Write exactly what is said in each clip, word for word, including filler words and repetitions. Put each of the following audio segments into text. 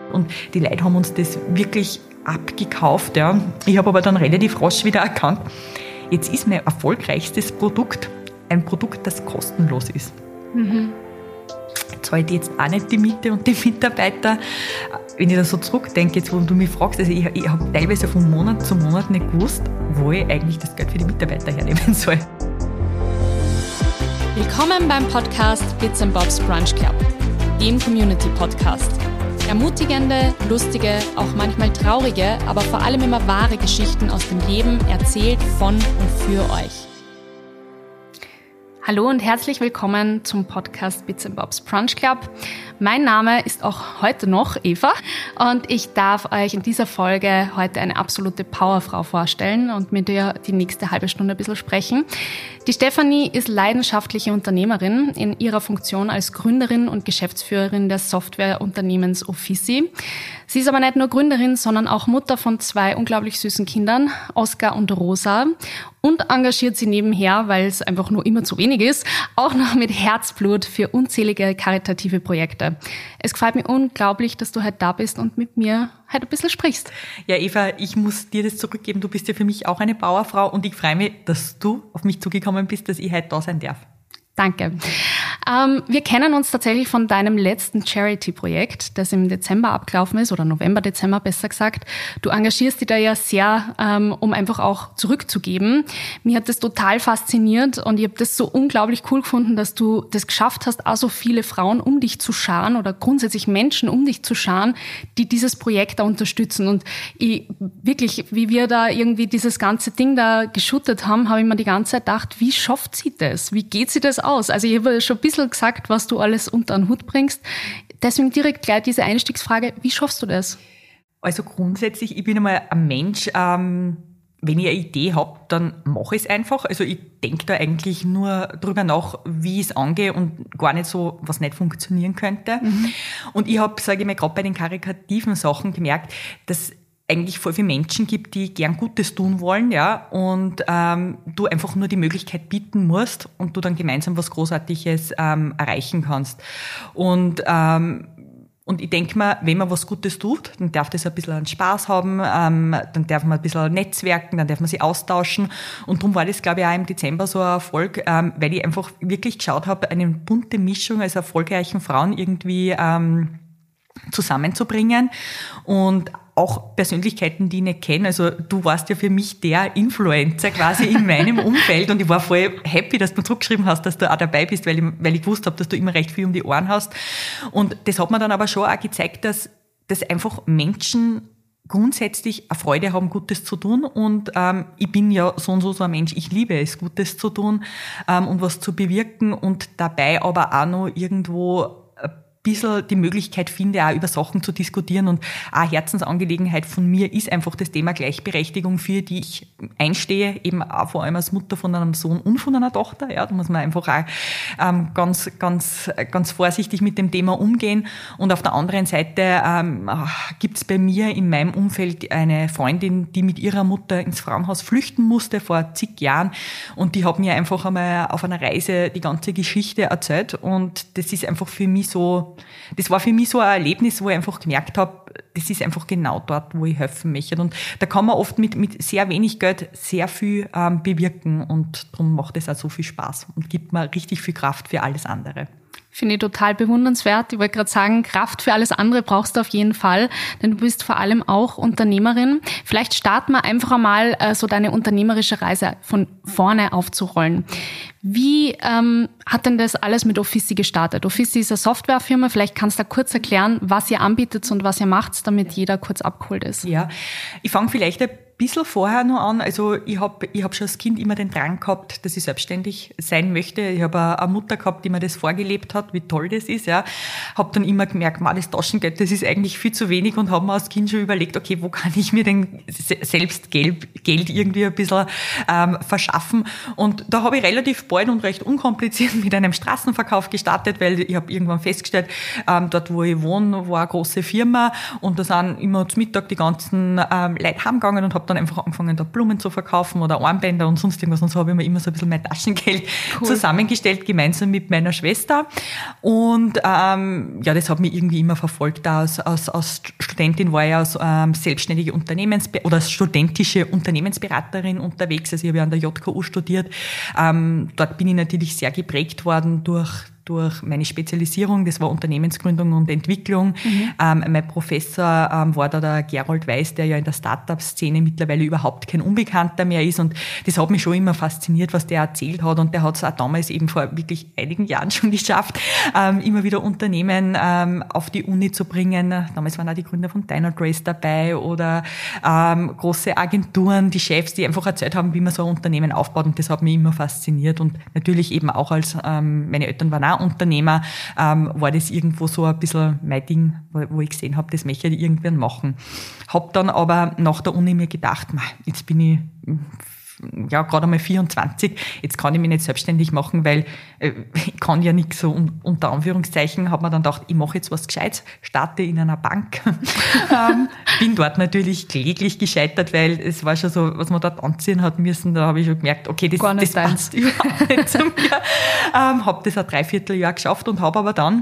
Und die Leute haben uns das wirklich abgekauft. Ja. Ich habe aber dann relativ rasch wieder erkannt, jetzt ist mein erfolgreichstes Produkt ein Produkt, das kostenlos ist. Mhm. Zahlt jetzt auch nicht die Miete und die Mitarbeiter. Wenn ich da so zurückdenke, jetzt, wo du mich fragst, also ich, ich habe teilweise von Monat zu Monat nicht gewusst, wo ich eigentlich das Geld für die Mitarbeiter hernehmen soll. Willkommen beim Podcast Bits and Bobs Brunch Club, dem Community-Podcast. Ermutigende, lustige, auch manchmal traurige, aber vor allem immer wahre Geschichten aus dem Leben erzählt von und für euch. Hallo und herzlich willkommen zum Podcast Bits and Bobs Brunch Club. Mein Name ist auch heute noch Eva und ich darf euch in dieser Folge heute eine absolute Powerfrau vorstellen und mit ihr die nächste halbe Stunde ein bisschen sprechen. Die Stefanie ist leidenschaftliche Unternehmerin in ihrer Funktion als Gründerin und Geschäftsführerin des Softwareunternehmens Offici. Sie ist aber nicht nur Gründerin, sondern auch Mutter von zwei unglaublich süßen Kindern, Oskar und Rosa, und engagiert sie nebenher, weil es einfach nur immer zu wenig ist, auch noch mit Herzblut für unzählige karitative Projekte. Es gefällt mir unglaublich, dass du heute da bist und mit mir heute ein bisschen sprichst. Ja, Eva, ich muss dir das zurückgeben. Du bist ja für mich auch eine Powerfrau und ich freue mich, dass du auf mich zugekommen bist, dass ich heute da sein darf. Danke. Ähm, wir kennen uns tatsächlich von deinem letzten Charity-Projekt, das im Dezember abgelaufen ist, oder November, Dezember besser gesagt. Du engagierst dich da ja sehr, ähm, um einfach auch zurückzugeben. Mir hat das total fasziniert und ich habe das so unglaublich cool gefunden, dass du das geschafft hast, auch so viele Frauen um dich zu scharen oder grundsätzlich Menschen um dich zu scharen, die dieses Projekt da unterstützen. Und ich, wirklich, wie wir da irgendwie dieses ganze Ding da geschuttet haben, habe ich mir die ganze Zeit gedacht, wie schafft sie das? Wie geht sie das aus? Also ich habe schon ein bisschen gesagt, was du alles unter den Hut bringst. Deswegen direkt gleich diese Einstiegsfrage, wie schaffst du das? Also grundsätzlich, ich bin einmal ein Mensch, ähm, wenn ich eine Idee habe, dann mache ich es einfach. Also ich denke da eigentlich nur drüber nach, wie ich es angehe und gar nicht so, was nicht funktionieren könnte. Mhm. Und ich habe, sage ich mal, gerade bei den karikativen Sachen gemerkt, dass eigentlich voll viele Menschen gibt, die gern Gutes tun wollen, ja, und ähm, du einfach nur die Möglichkeit bieten musst und du dann gemeinsam was Großartiges ähm, erreichen kannst. Und ähm, und ich denke mir, wenn man was Gutes tut, dann darf das ein bisschen einen Spaß haben, ähm, dann darf man ein bisschen netzwerken, dann darf man sich austauschen. Und darum war das, glaube ich, auch im Dezember so ein Erfolg, ähm, weil ich einfach wirklich geschaut habe, eine bunte Mischung als erfolgreichen Frauen irgendwie ähm, zusammenzubringen und auch Persönlichkeiten, die ich nicht kenne. Also du warst ja für mich der Influencer quasi in meinem Umfeld und ich war voll happy, dass du mir zurückgeschrieben hast, dass du auch dabei bist, weil ich, weil ich gewusst habe, dass du immer recht viel um die Ohren hast. Und das hat mir dann aber schon auch gezeigt, dass, dass einfach Menschen grundsätzlich eine Freude haben, Gutes zu tun und ähm, ich bin ja so und so so ein Mensch, ich liebe es, Gutes zu tun ähm, und was zu bewirken und dabei aber auch noch irgendwo bisschen die Möglichkeit finde, auch über Sachen zu diskutieren und eine Herzensangelegenheit von mir ist einfach das Thema Gleichberechtigung, für die ich einstehe, eben auch vor allem als Mutter von einem Sohn und von einer Tochter, ja, da muss man einfach auch ähm, ganz, ganz, ganz vorsichtig mit dem Thema umgehen und auf der anderen Seite ähm, gibt es bei mir in meinem Umfeld eine Freundin, die mit ihrer Mutter ins Frauenhaus flüchten musste vor zig Jahren und die hat mir einfach einmal auf einer Reise die ganze Geschichte erzählt und das ist einfach für mich so Das war für mich so ein Erlebnis, wo ich einfach gemerkt habe, das ist einfach genau dort, wo ich helfen möchte. Und da kann man oft mit, mit sehr wenig Geld sehr viel ähm, bewirken und darum macht es auch so viel Spaß und gibt mir richtig viel Kraft für alles andere. Finde ich total bewundernswert. Ich wollte gerade sagen, Kraft für alles andere brauchst du auf jeden Fall, denn du bist vor allem auch Unternehmerin. Vielleicht starten wir einfach einmal äh, so deine unternehmerische Reise von vorne aufzurollen. Wie ähm, hat denn das alles mit Offici gestartet? Offici ist eine Softwarefirma. Vielleicht kannst du da kurz erklären, was ihr anbietet und was ihr macht, damit jeder kurz abgeholt ist. Ja, ich fange vielleicht ein bisschen vorher noch an. Also ich habe ich hab schon als Kind immer den Drang gehabt, dass ich selbstständig sein möchte. Ich habe eine Mutter gehabt, die mir das vorgelebt hat, wie toll das ist. Ja, habe dann immer gemerkt, man, das Taschengeld, das ist eigentlich viel zu wenig und habe mir als Kind schon überlegt, okay, wo kann ich mir denn selbst Geld, Geld irgendwie ein bisschen ähm, verschaffen. Und da habe ich relativ bald und recht unkompliziert mit einem Straßenverkauf gestartet, weil ich habe irgendwann festgestellt, ähm, dort wo ich wohne, war eine große Firma und da sind immer zum Mittag die ganzen ähm, Leute heimgegangen und habe habe dann einfach angefangen, da Blumen zu verkaufen oder Armbänder und sonst irgendwas. Und so habe ich mir immer so ein bisschen mein Taschengeld cool. zusammengestellt, gemeinsam mit meiner Schwester. Und ähm, ja, das hat mich irgendwie immer verfolgt. Als, als, als Studentin war ich als ähm, selbstständige Unternehmensbe- oder als studentische Unternehmensberaterin unterwegs. Also ich habe ja an der J K U studiert. Ähm, dort bin ich natürlich sehr geprägt worden durch durch meine Spezialisierung, das war Unternehmensgründung und Entwicklung. Mhm. Ähm, mein Professor ähm, war da der Gerold Weiß, der ja in der Startup-Szene mittlerweile überhaupt kein Unbekannter mehr ist. Und das hat mich schon immer fasziniert, was der erzählt hat. Und der hat es auch damals eben vor wirklich einigen Jahren schon geschafft, ähm, immer wieder Unternehmen ähm, auf die Uni zu bringen. Damals waren auch die Gründer von Dynatrace dabei oder ähm, große Agenturen, die Chefs, die einfach erzählt haben, wie man so ein Unternehmen aufbaut. Und das hat mich immer fasziniert. Und natürlich eben auch als, ähm, meine Eltern waren auch Unternehmer, ähm, war das irgendwo so ein bisschen mein Ding, wo, wo ich gesehen habe, das möchte ich irgendwann machen. Hab dann aber nach der Uni mir gedacht, jetzt bin ich ja gerade einmal vierundzwanzig, jetzt kann ich mich nicht selbstständig machen, weil äh, ich kann ja nichts so un, unter Anführungszeichen, habe mir dann gedacht, ich mache jetzt was Gescheites, starte in einer Bank. ähm, bin dort natürlich kläglich gescheitert, weil es war schon so, was man dort anziehen hat müssen, da habe ich schon gemerkt, okay, das, das passt überhaupt nicht zu mir. Ähm, habe das ein Dreivierteljahr geschafft und habe aber dann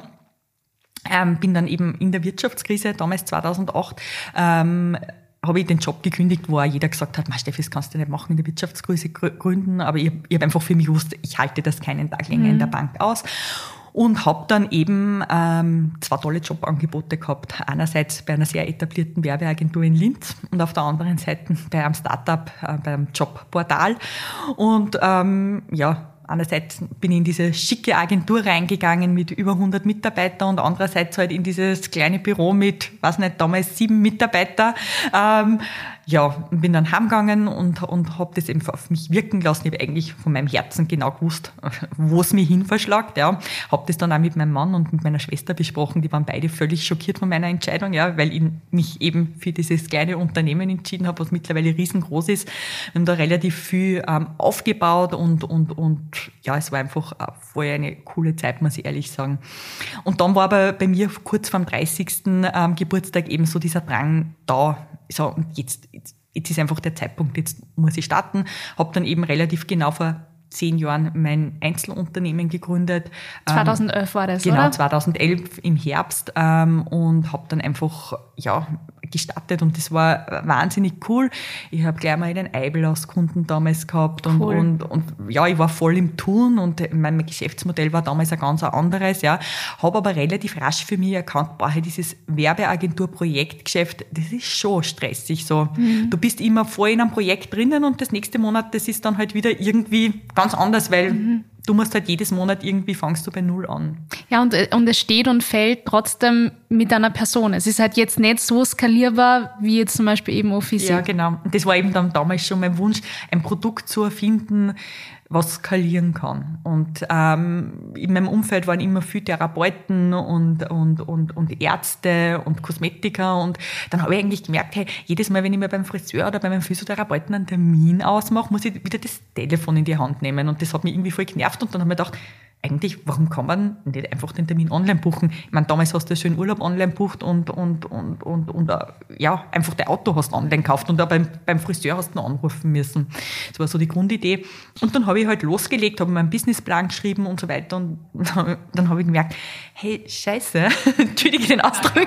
ähm, bin dann eben in der Wirtschaftskrise, damals zweitausendacht, ähm, habe ich den Job gekündigt, wo auch jeder gesagt hat, Steffi, das kannst du nicht machen, in der Wirtschaftskrise gründen. Aber ich, ich habe einfach für mich gewusst, ich halte das keinen Tag länger mhm. in der Bank aus. Und habe dann eben ähm, zwei tolle Jobangebote gehabt. Einerseits bei einer sehr etablierten Werbeagentur in Linz und auf der anderen Seite bei einem Startup, äh, beim Jobportal. Und ähm, ja, einerseits bin ich in diese schicke Agentur reingegangen mit über hundert Mitarbeitern und andererseits halt in dieses kleine Büro mit, weiß nicht, damals sieben Mitarbeiter. Ähm, ja, bin dann heimgegangen und, und habe das eben auf mich wirken lassen. Ich habe eigentlich von meinem Herzen genau gewusst, wo es mich hin verschlagt. Ja. Habe das dann auch mit meinem Mann und mit meiner Schwester besprochen. Die waren beide völlig schockiert von meiner Entscheidung, ja, weil ich mich eben für dieses kleine Unternehmen entschieden habe, was mittlerweile riesengroß ist. Wir haben da relativ viel ähm, aufgebaut und, und, und ja, es war einfach voll eine coole Zeit, muss ich ehrlich sagen. Und dann war aber bei mir kurz vor dem dreißigsten Ähm, Geburtstag eben so dieser Drang da, so, und jetzt, jetzt, jetzt ist einfach der Zeitpunkt, jetzt muss ich starten. Habe dann eben relativ genau vor zehn Jahren mein Einzelunternehmen gegründet. zweitausendelf war das, genau, oder? Genau, zweitausendelf im Herbst ähm, und habe dann einfach ja gestartet und das war wahnsinnig cool. Ich habe gleich mal den Eibel als Kunden damals gehabt und, cool. und, und ja, ich war voll im Tun und mein Geschäftsmodell war damals ein ganz anderes, ja. Habe aber relativ rasch für mich erkannt, boah, dieses Werbeagentur-Projektgeschäft, das ist schon stressig so. Mhm. Du bist immer voll in einem Projekt drinnen und das nächste Monat, das ist dann halt wieder irgendwie ganz anders, weil mhm. du musst halt jedes Monat irgendwie, fangst du bei Null an. Ja, und, und es steht und fällt trotzdem mit einer Person. Es ist halt jetzt nicht so skalierbar, wie jetzt zum Beispiel eben Office. Ja, genau. Und das war eben dann damals schon mein Wunsch, ein Produkt zu erfinden, was skalieren kann. Und ähm, in meinem Umfeld waren immer viele Therapeuten und, und, und, und Ärzte und Kosmetiker. Und dann habe ich eigentlich gemerkt, hey, jedes Mal, wenn ich mir beim Friseur oder bei meinem Physiotherapeuten einen Termin ausmache, muss ich wieder das Telefon in die Hand nehmen. Und das hat mich irgendwie voll genervt. Und dann habe ich mir gedacht, eigentlich, warum kann man nicht einfach den Termin online buchen? Ich meine, damals hast du schön Urlaub online bucht und, und, und, und, und uh, ja, einfach dein Auto hast online gekauft und auch beim, beim Friseur hast du noch anrufen müssen. Das war so die Grundidee. Und dann habe ich halt losgelegt, habe meinen Businessplan geschrieben und so weiter und dann habe ich gemerkt, hey, scheiße, entschuldige den Ausdruck,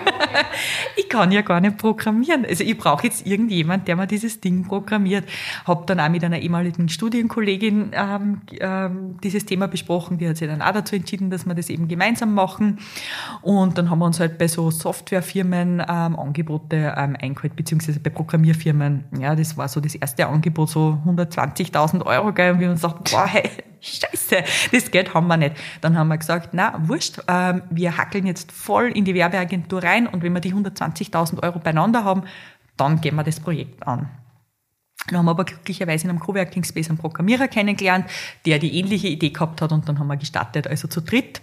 ich kann ja gar nicht programmieren. Also ich brauche jetzt irgendjemand, der mir dieses Ding programmiert. Habe dann auch mit einer ehemaligen Studienkollegin ähm, ähm, dieses Thema besprochen, die hat sich dann auch dazu entschieden, dass wir das eben gemeinsam machen. Und dann haben wir uns halt bei so Softwarefirmen ähm, Angebote ähm, eingeholt, beziehungsweise bei Programmierfirmen. Ja, das war so das erste Angebot, so hundertzwanzigtausend Euro, gell, und wir haben uns gedacht, boah, hey, scheiße, das Geld haben wir nicht. Dann haben wir gesagt, na, wurscht, ähm, wir hackeln jetzt voll in die Werbeagentur rein und wenn wir die hundertzwanzigtausend Euro beieinander haben, dann gehen wir das Projekt an. Dann haben wir aber glücklicherweise in einem Coworking Space einen Programmierer kennengelernt, der die ähnliche Idee gehabt hat und dann haben wir gestartet, also zu dritt.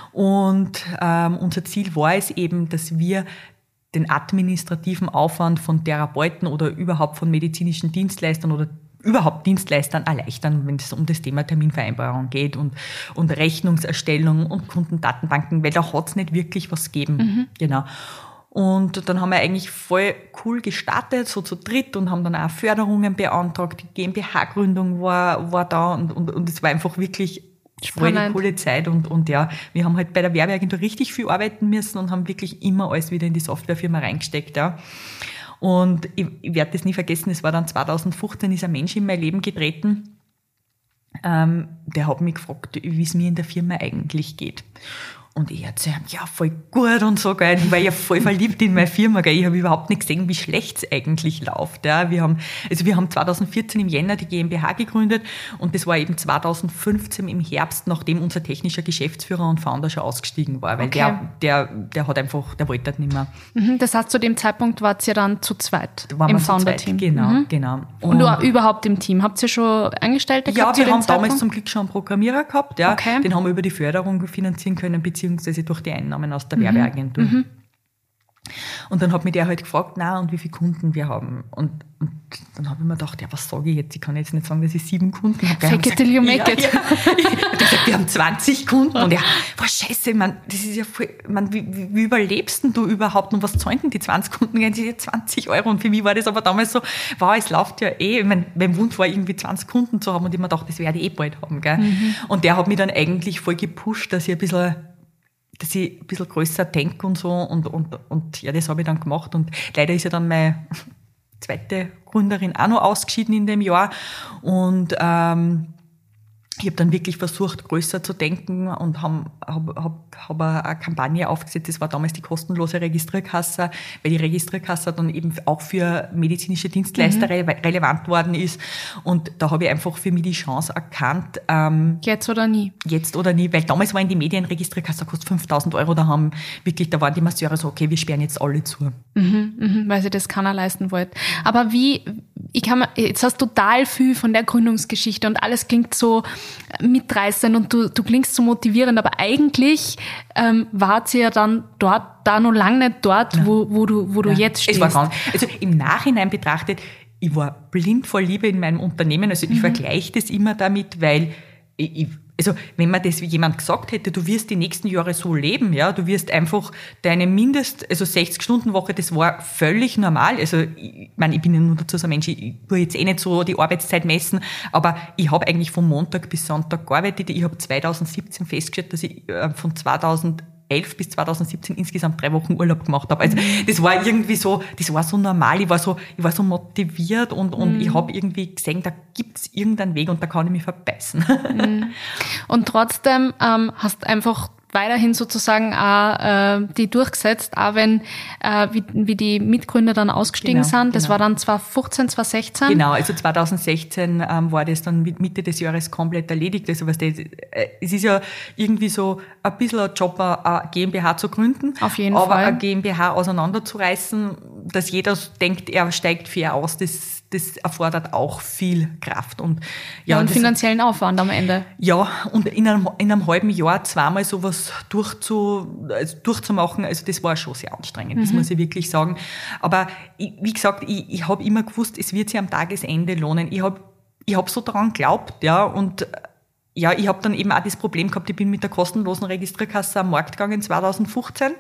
Und ähm, unser Ziel war es eben, dass wir den administrativen Aufwand von Therapeuten oder überhaupt von medizinischen Dienstleistern oder überhaupt Dienstleistern erleichtern, wenn es um das Thema Terminvereinbarung geht und, und Rechnungserstellung und Kundendatenbanken, weil da hat es nicht wirklich was gegeben. Mhm. Genau. Und dann haben wir eigentlich voll cool gestartet, so zu dritt, und haben dann auch Förderungen beantragt. Die GmbH-Gründung war, war da, und, und, und es war einfach wirklich voll eine coole Zeit. Und, und ja, wir haben halt bei der Werbeagentur richtig viel arbeiten müssen und haben wirklich immer alles wieder in die Softwarefirma reingesteckt, ja. Und ich, ich werde das nie vergessen, es war dann zweitausendfünfzehn, ist ein Mensch in mein Leben getreten, ähm, der hat mich gefragt, wie es mir in der Firma eigentlich geht. Und ich erzähle ihm, ja, voll gut und so, gell. Ich war ja voll verliebt in meine Firma, gell. Ich habe überhaupt nicht gesehen, wie schlecht es eigentlich läuft, ja. Wir haben, also wir haben zweitausendvierzehn im Jänner die GmbH gegründet, und das war eben zweitausendfünfzehn im Herbst, nachdem unser technischer Geschäftsführer und Founder schon ausgestiegen war, weil okay. der, der, der hat einfach, der wollte halt nicht mehr. Mhm, das heißt, zu dem Zeitpunkt wart ihr dann zu zweit im Founder-Team? Genau, mhm. genau. Und, und überhaupt im Team? Habt ihr schon Angestellte gehabt? Ja, wir haben damals zum Glück schon einen Programmierer gehabt, ja. Okay. Den haben wir über die Förderung finanzieren können, beziehungsweise durch die Einnahmen aus der mhm. Werbeagentur. Mhm. Und dann hat mich der halt gefragt, na, und wie viele Kunden wir haben. Und, und dann habe ich mir gedacht, ja, was sage ich jetzt? Ich kann jetzt nicht sagen, dass ich sieben Kunden habe. Fake it till you make it. Ja, ja. Ich habe gesagt, wir haben zwanzig Kunden. Und ja, boah, scheiße, man, das ist ja voll, man, wie, wie überlebst denn du überhaupt? Und was zahlen denn die zwanzig Kunden? Die sind ja zwanzig Euro. Und für mich war das aber damals so, wow, es läuft ja eh. Ich mein, mein Wunsch war irgendwie zwanzig Kunden zu haben, und ich mir gedacht, das werde ich eh bald haben, gell? Mhm. Und der hat mich dann eigentlich voll gepusht, dass ich ein bisschen dass ich ein bisschen grösser denke und so, und, und, und ja, das habe ich dann gemacht, und leider ist ja dann meine zweite Gründerin auch noch ausgeschieden in dem Jahr, und ähm, ich habe dann wirklich versucht, grösser zu denken, und habe hab, hab, hab eine Kampagne aufgesetzt. Das war damals die kostenlose Registrierkasse, weil die Registrierkasse dann eben auch für medizinische Dienstleister mhm. re- relevant worden ist. Und da habe ich einfach für mich die Chance erkannt. Ähm, jetzt oder nie. Jetzt oder nie, weil damals war in die Medien Registrierkasse, kostet fünftausend Euro, da haben wirklich, da waren die Masseure so, okay, wir sperren jetzt alle zu. Mhm, mhm, weil sie das keiner leisten wollte. Aber wie, ich kann mir, jetzt hast du total viel von der Gründungsgeschichte, und alles klingt so mitreißend, und du, du klingst so motivierend, aber eigentlich ähm, wart ihr ja dann dort, da noch lange nicht dort, ja. wo, wo du, wo du ja. jetzt stehst. Es war ganz, also im Nachhinein betrachtet, ich war blind vor Liebe in meinem Unternehmen, also ich mhm. vergleiche das immer damit, weil ich, ich Also, wenn mir das jemand gesagt hätte, du wirst die nächsten Jahre so leben, ja, du wirst einfach deine Mindest, also sechzig-Stunden-Woche, das war völlig normal. Also, ich meine, ich bin ja nur dazu so ein Mensch, ich tue jetzt eh nicht so die Arbeitszeit messen, aber ich habe eigentlich von Montag bis Sonntag gearbeitet. Ich habe zweitausendsiebzehn festgestellt, dass ich von zweitausendelf bis zweitausendsiebzehn insgesamt drei Wochen Urlaub gemacht habe. Also, das war irgendwie so, das war so normal. Ich war so, ich war so motiviert, und, und mhm. ich habe irgendwie gesehen, da gibt's irgendeinen Weg, und da kann ich mich verbeißen. Mhm. Und trotzdem ähm, hast einfach weiterhin sozusagen auch, äh, die durchgesetzt, auch wenn äh, wie, wie die Mitgründer dann ausgestiegen genau, sind. Das genau. war dann zweitausendfünfzehn, zweitausendsechzehn. Genau, also zweitausendsechzehn ähm, war das dann Mitte des Jahres komplett erledigt. Also was das, äh, es ist ja irgendwie so ein bisschen ein Job, eine GmbH zu gründen. Auf jeden aber Fall. Aber eine GmbH auseinanderzureißen, dass jeder denkt, er steigt fair aus, das das erfordert auch viel Kraft. Und, ja, ja, und das, finanziellen Aufwand am Ende. Ja, und in einem, in einem halben Jahr zweimal sowas durchzu, also durchzumachen, also das war schon sehr anstrengend, mhm. das muss ich wirklich sagen. Aber ich, wie gesagt, ich, ich habe immer gewusst, es wird sich am Tagesende lohnen. Ich habe ich hab so daran geglaubt, ja, und ja, ich habe dann eben auch das Problem gehabt, ich bin mit der kostenlosen Registrierkasse am Markt gegangen zweitausendfünfzehn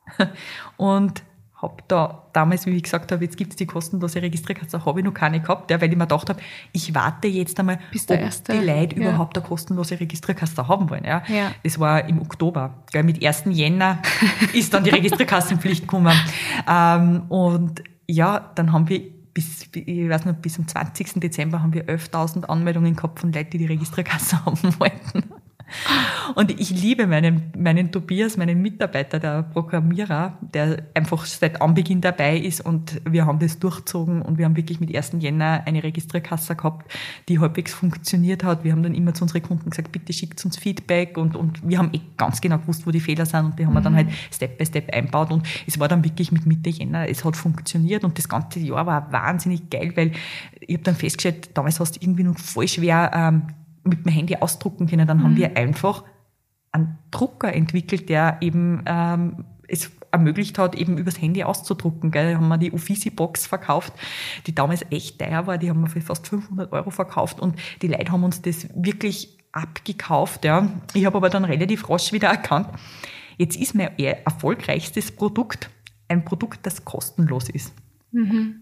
und habe da damals, wie ich gesagt habe, jetzt gibt es die kostenlose Registrierkasse, habe ich noch keine gehabt, ja, weil ich mir gedacht habe, ich warte jetzt einmal, bis der ob erste, die Leute ja. überhaupt eine kostenlose Registrierkasse haben wollen. Ja. Ja. Das war im Oktober. Gell, mit ersten Jänner ist dann die Registrierkassenpflicht gekommen. Ähm, und ja, dann haben wir bis, ich weiß nicht, bis zum zwanzigsten Dezember haben wir elftausend Anmeldungen gehabt von Leuten, die die Registrierkasse haben wollten. Und ich liebe meinen, meinen Tobias, meinen Mitarbeiter, der Programmierer, der einfach seit Anbeginn dabei ist, und wir haben das durchgezogen, und wir haben wirklich mit ersten Jänner eine Registrierkasse gehabt, die halbwegs funktioniert hat. Wir haben dann immer zu unseren Kunden gesagt, bitte schickt uns Feedback, und, und wir haben eh ganz genau gewusst, wo die Fehler sind, und die haben wir dann halt Step by Step einbaut, und es war dann wirklich mit Mitte Jänner, es hat funktioniert, und das ganze Jahr war wahnsinnig geil, weil ich habe dann festgestellt, damals hast du irgendwie noch voll schwer ähm, mit dem Handy ausdrucken können, dann mhm. haben wir einfach einen Drucker entwickelt, der eben ähm, es ermöglicht hat, eben übers Handy auszudrucken. Gell? Da haben wir die Uffizi-Box verkauft, die damals echt teuer war, die haben wir für fast fünfhundert Euro verkauft, und die Leute haben uns das wirklich abgekauft. Ja. Ich habe aber dann relativ rasch wieder erkannt, jetzt ist mein erfolgreichstes Produkt ein Produkt, das kostenlos ist. Mhm.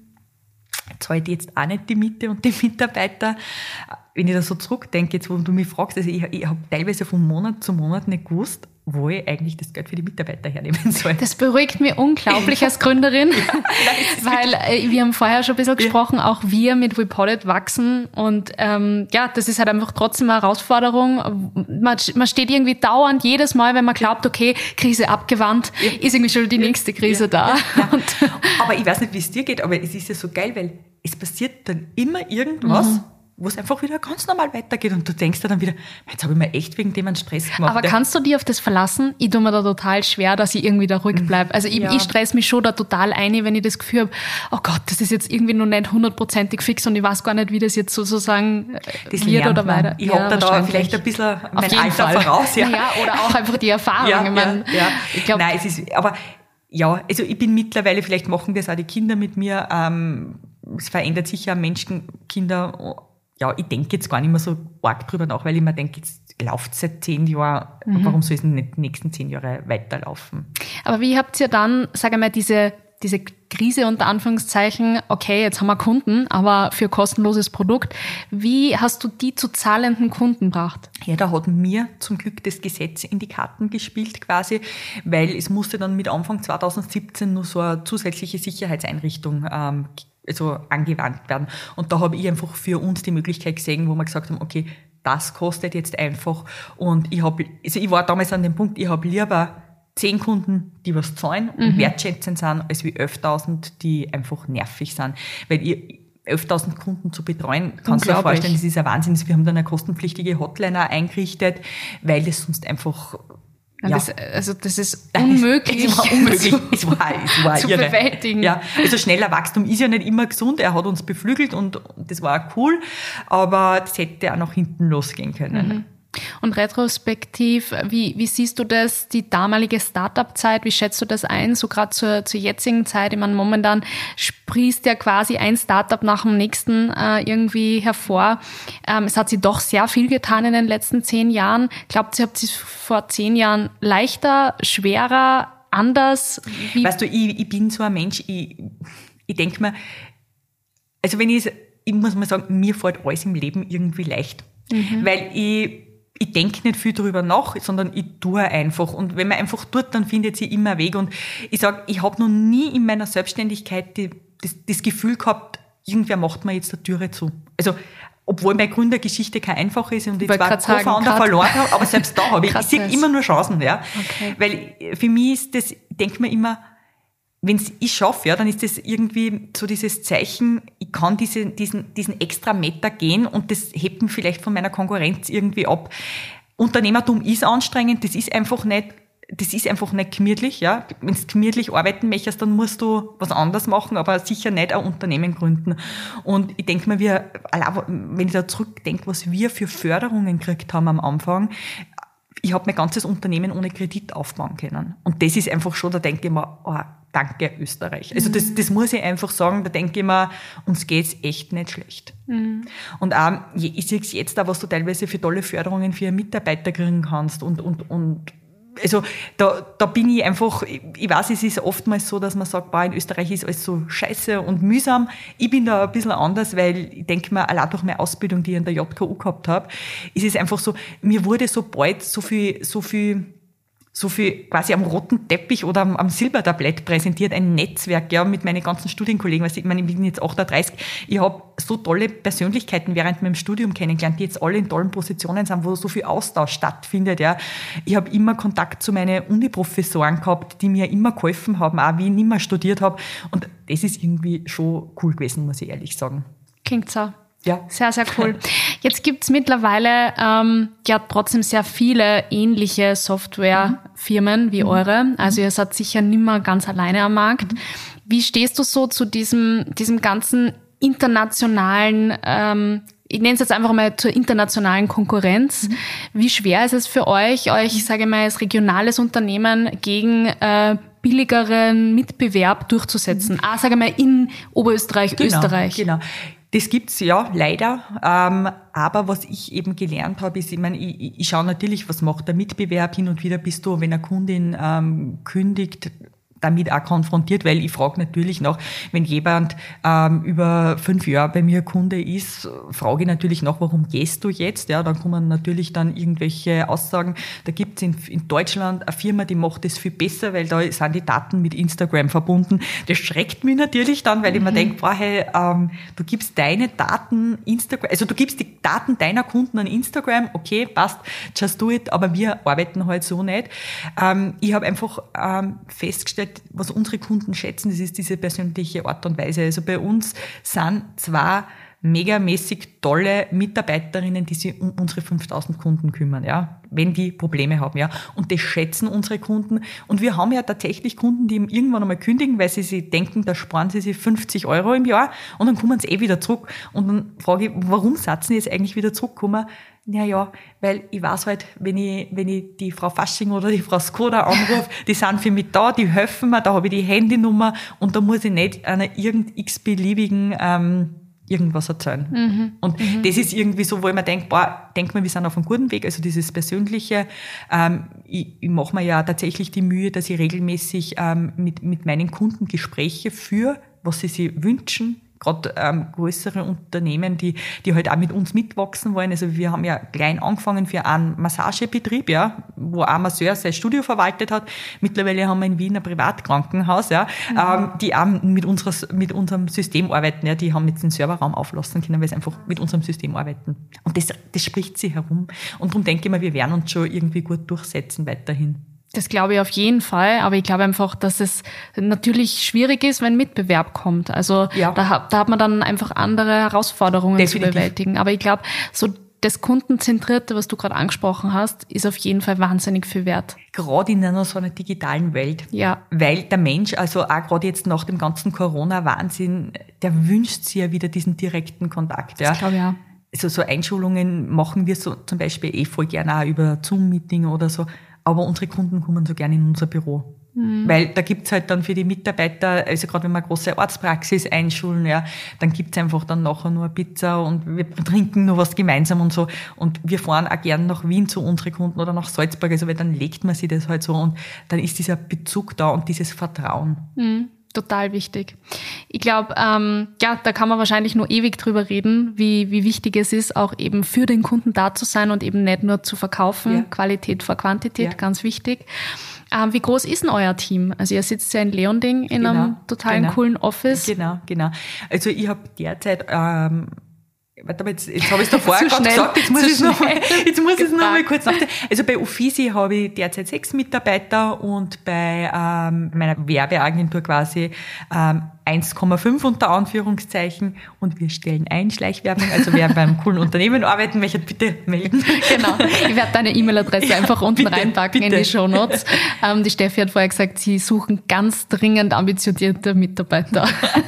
Zahlt jetzt auch nicht die Miete und die Mitarbeiter. Wenn ich da so zurückdenke, jetzt wo du mich fragst, also ich, ich habe teilweise von Monat zu Monat nicht gewusst, wo ich eigentlich das Geld für die Mitarbeiter hernehmen soll. Das beruhigt mich unglaublich als Gründerin, weil äh, wir haben vorher schon ein bisschen gesprochen, ja. Auch wir mit WePoddit wachsen und ähm, ja, das ist halt einfach trotzdem eine Herausforderung. Man, man steht irgendwie dauernd jedes Mal, wenn man glaubt, okay, Krise abgewandt, ja. Ist irgendwie schon die nächste Krise ja. da. Ja. Ja. Und aber ich weiß nicht, wie es dir geht, aber es ist ja so geil, weil es passiert dann immer irgendwas, mhm. wo es einfach wieder ganz normal weitergeht und du denkst dir dann wieder, jetzt habe ich mir echt wegen dem einen Stress gemacht. Aber kannst du dich auf das verlassen? Ich tue mir da total schwer, dass ich irgendwie da ruhig bleibe. Also ich, ja. ich stress mich schon da total ein, wenn ich das Gefühl habe, oh Gott, das ist jetzt irgendwie noch nicht hundertprozentig fix und ich weiß gar nicht, wie das jetzt sozusagen das wird oder weiter. Ich ja, habe da, da vielleicht ein bisschen mein Alter Fall. voraus. Ja. Naja, oder auch einfach die Erfahrung. Ja, ich mein, ja, ja. Ich glaub, Nein, es ist, aber ja, also ich bin mittlerweile, vielleicht machen das auch die Kinder mit mir, ähm, es verändert sich ja Menschen, Kinder. Ja, ich denke jetzt gar nicht mehr so arg drüber nach, weil ich mir denke, jetzt läuft es seit zehn Jahren, mhm. warum soll es nicht die nächsten zehn Jahre weiterlaufen? Aber wie habt ihr dann, sag ich mal, diese, diese Krise unter Anführungszeichen, okay, jetzt haben wir Kunden, aber für kostenloses Produkt, wie hast du die zu zahlenden Kunden gebracht? Ja, da hat mir zum Glück das Gesetz in die Karten gespielt quasi, weil es musste dann mit Anfang zwanzig siebzehn nur so eine zusätzliche Sicherheitseinrichtung ähm, also angewandt werden. Und da habe ich einfach für uns die Möglichkeit gesehen, wo wir gesagt haben, okay, das kostet jetzt einfach. Und ich habe, also ich war damals an dem Punkt, ich habe lieber zehn Kunden, die was zahlen und mhm. wertschätzend sind, als wie elftausend, die einfach nervig sind. Weil ich, elftausend Kunden zu betreuen, kannst du dir vorstellen, das ist ein Wahnsinn. Wir haben dann eine kostenpflichtige Hotline eingerichtet, weil das sonst einfach Ja. Das, also das ist unmöglich, es war unmöglich. Es war, es war zu irre. bewältigen. Ja, also schneller Wachstum ist ja nicht immer gesund. Er hat uns beflügelt und das war auch cool, aber das hätte auch nach hinten losgehen können. Mhm. Und retrospektiv, wie, wie siehst du das, die damalige Startup-Zeit, wie schätzt du das ein, so gerade zur, zur jetzigen Zeit? Ich meine, momentan sprießt ja quasi ein Startup nach dem nächsten äh, irgendwie hervor. Ähm, es hat sich doch sehr viel getan in den letzten zehn Jahren. Glaubt ihr, habt ihr es vor zehn Jahren leichter, schwerer, anders? Wie? Weißt du, ich, ich bin so ein Mensch, ich, ich denke mir, also wenn ich, ich muss mal sagen, mir fällt alles im Leben irgendwie leicht. Mhm. Weil ich Ich denke nicht viel drüber nach, sondern ich tue einfach. Und wenn man einfach tut, dann findet sie immer einen Weg. Und ich sage, ich habe noch nie in meiner Selbstständigkeit die, das, das Gefühl gehabt, irgendwer macht mir jetzt die Türe zu. Also, obwohl meine Gründergeschichte keine einfache ist und ich zwar Co-Founder verloren habe, aber selbst da habe ich, ich sehe immer nur Chancen. Ja. Okay. Weil für mich ist das, ich denke mir immer, wenn es ich schaffe, ja, dann ist das irgendwie so dieses Zeichen, ich kann diese, diesen, diesen extra Meter gehen und das hebt mich vielleicht von meiner Konkurrenz irgendwie ab. Unternehmertum ist anstrengend, das ist einfach nicht, das ist einfach nicht gemütlich, ja. Wenn du gemütlich arbeiten möchtest, dann musst du was anderes machen, aber sicher nicht ein Unternehmen gründen. Und ich denke mir, wir, wenn ich da zurückdenke, was wir für Förderungen gekriegt haben am Anfang, ich habe mein ganzes Unternehmen ohne Kredit aufbauen können. Und das ist einfach schon, da denke ich mir, oh, danke Österreich. Also das, das muss ich einfach sagen, da denke ich mir, uns geht's echt nicht schlecht. Mhm. Und auch, ich sehe es jetzt auch, was du teilweise für tolle Förderungen für Mitarbeiter kriegen kannst und, und, und, also da, da bin ich einfach, ich, ich weiß, es ist oftmals so, dass man sagt, boah, in Österreich ist alles so scheiße und mühsam. Ich bin da ein bisschen anders, weil ich denke mir, allein durch meine Ausbildung, die ich in der J K U gehabt habe, ist es einfach so, mir wurde so bald so viel, so viel, so viel quasi am roten Teppich oder am, am Silbertablett präsentiert, ein Netzwerk, ja, mit meinen ganzen Studienkollegen. Weißt du, ich meine, ich bin jetzt achtunddreißig. Ich habe so tolle Persönlichkeiten während meinem Studium kennengelernt, die jetzt alle in tollen Positionen sind, wo so viel Austausch stattfindet, ja. Ich habe immer Kontakt zu meinen Uniprofessoren gehabt, die mir immer geholfen haben, auch wie ich nicht mehr studiert habe. Und das ist irgendwie schon cool gewesen, muss ich ehrlich sagen. Klingt so. Ja. Sehr, sehr cool. Jetzt gibt's mittlerweile ähm, ja trotzdem sehr viele ähnliche Softwarefirmen mhm. wie eure. Also ihr seid sicher nicht mehr ganz alleine am Markt. Mhm. Wie stehst du so zu diesem, diesem ganzen internationalen, ähm, ich nenne es jetzt einfach mal zur internationalen Konkurrenz. Mhm. Wie schwer ist es für euch, euch, sage ich mal, als regionales Unternehmen gegen äh, billigeren Mitbewerb durchzusetzen? Mhm. Ah, sage ich mal, in Oberösterreich, genau, Österreich. Genau. Das gibt's ja leider, ähm, aber was ich eben gelernt habe, ist, ich meine, ich, ich schaue natürlich, was macht der Mitbewerb hin und wieder bist du, wenn eine Kundin ähm, kündigt, damit auch konfrontiert, weil ich frage natürlich nach, wenn jemand ähm, über fünf Jahre bei mir Kunde ist, frage ich natürlich nach, warum gehst du jetzt? Ja, dann kommen natürlich dann irgendwelche Aussagen. Da gibt es in, in Deutschland eine Firma, die macht das viel besser, weil da sind die Daten mit Instagram verbunden. Das schreckt mich natürlich dann, weil mhm. ich mir denke, boah, hey, ähm, du gibst deine Daten Instagram, also du gibst die Daten deiner Kunden an Instagram, okay, passt, just do it, aber wir arbeiten halt so nicht. Ähm, ich habe einfach ähm, festgestellt, was unsere Kunden schätzen, das ist diese persönliche Art und Weise. Also bei uns sind zwei megamäßig tolle Mitarbeiterinnen, die sich um unsere fünftausend Kunden kümmern, ja, wenn die Probleme haben, ja. Und das schätzen unsere Kunden. Und wir haben ja tatsächlich Kunden, die irgendwann einmal kündigen, weil sie sich denken, da sparen sie sich fünfzig Euro im Jahr und dann kommen sie eh wieder zurück. Und dann frage ich, warum sind sie jetzt eigentlich wieder zurückgekommen? Ja, ja, weil ich weiß halt, wenn ich, wenn ich die Frau Fasching oder die Frau Skoda anrufe, die sind für mich da, die helfen mir, da habe ich die Handynummer und da muss ich nicht einer irgend x-beliebigen, ähm, irgendwas erzählen. Mhm. Und mhm. das ist irgendwie so, wo ich mir denke, boah, denk mal, wir sind auf einem guten Weg, also dieses Persönliche. Ähm, ich ich mache mir ja tatsächlich die Mühe, dass ich regelmäßig ähm, mit, mit meinen Kunden Gespräche führe, was sie sich wünschen, gerade ähm, größere Unternehmen, die die halt auch mit uns mitwachsen wollen. Also wir haben ja klein angefangen für einen Massagebetrieb, ja, wo ein Masseur sein Studio verwaltet hat. Mittlerweile haben wir in Wien ein Privatkrankenhaus, ja, mhm. ähm, die auch mit, unseres, mit unserem System arbeiten. Ja, die haben jetzt den Serverraum auflassen können, weil sie einfach mit unserem System arbeiten. Und das, das spricht sie herum. Und darum denke ich mir, wir werden uns schon irgendwie gut durchsetzen weiterhin. Das glaube ich auf jeden Fall, aber ich glaube einfach, dass es natürlich schwierig ist, wenn Mitbewerb kommt. Also ja. da, da hat man dann einfach andere Herausforderungen Definitiv. Zu bewältigen. Aber ich glaube, so das Kundenzentrierte, was du gerade angesprochen hast, ist auf jeden Fall wahnsinnig viel wert. Gerade in einer so einer digitalen Welt. Ja. Weil der Mensch, also auch gerade jetzt nach dem ganzen Corona-Wahnsinn, der wünscht sich ja wieder diesen direkten Kontakt. Das ja. glaube ich auch. Also so Einschulungen machen wir so zum Beispiel eh voll gerne auch über Zoom-Meeting oder so. Aber unsere Kunden kommen so gerne in unser Büro. Mhm. Weil da gibt's halt dann für die Mitarbeiter, also gerade wenn wir eine große Arztpraxis einschulen, ja, dann gibt's einfach dann nachher nur eine Pizza und wir trinken nur was gemeinsam und so. Und wir fahren auch gern nach Wien zu unseren Kunden oder nach Salzburg, also weil dann legt man sich das halt so und dann ist dieser Bezug da und dieses Vertrauen. Mhm. Total wichtig. Ich glaube, ähm, ja, da kann man wahrscheinlich nur ewig drüber reden, wie wie wichtig es ist, auch eben für den Kunden da zu sein und eben nicht nur zu verkaufen. Ja. Qualität vor Quantität, ja. Ganz wichtig. Ähm, wie groß ist denn euer Team? Also ihr sitzt ja in Leonding in genau, einem total genau. coolen Office. Genau, genau. Also ich habe derzeit... Ähm Warte mal, jetzt, jetzt habe ich es da vorher gerade gesagt, jetzt muss ich es noch mal, jetzt muss ich es noch mal kurz nachdenken. Also bei Uffizi habe ich derzeit sechs Mitarbeiter und bei ähm, meiner Werbeagentur quasi ähm, eins Komma fünf unter Anführungszeichen und wir stellen ein, Schleichwerbung. Also wer beim coolen Unternehmen arbeiten möchte, bitte melden. Genau. Ich werde deine E-Mail-Adresse ja, einfach unten bitte, reinpacken bitte. In die Shownotes. Ähm, die Steffi hat vorher gesagt, sie suchen ganz dringend ambitionierte Mitarbeiter.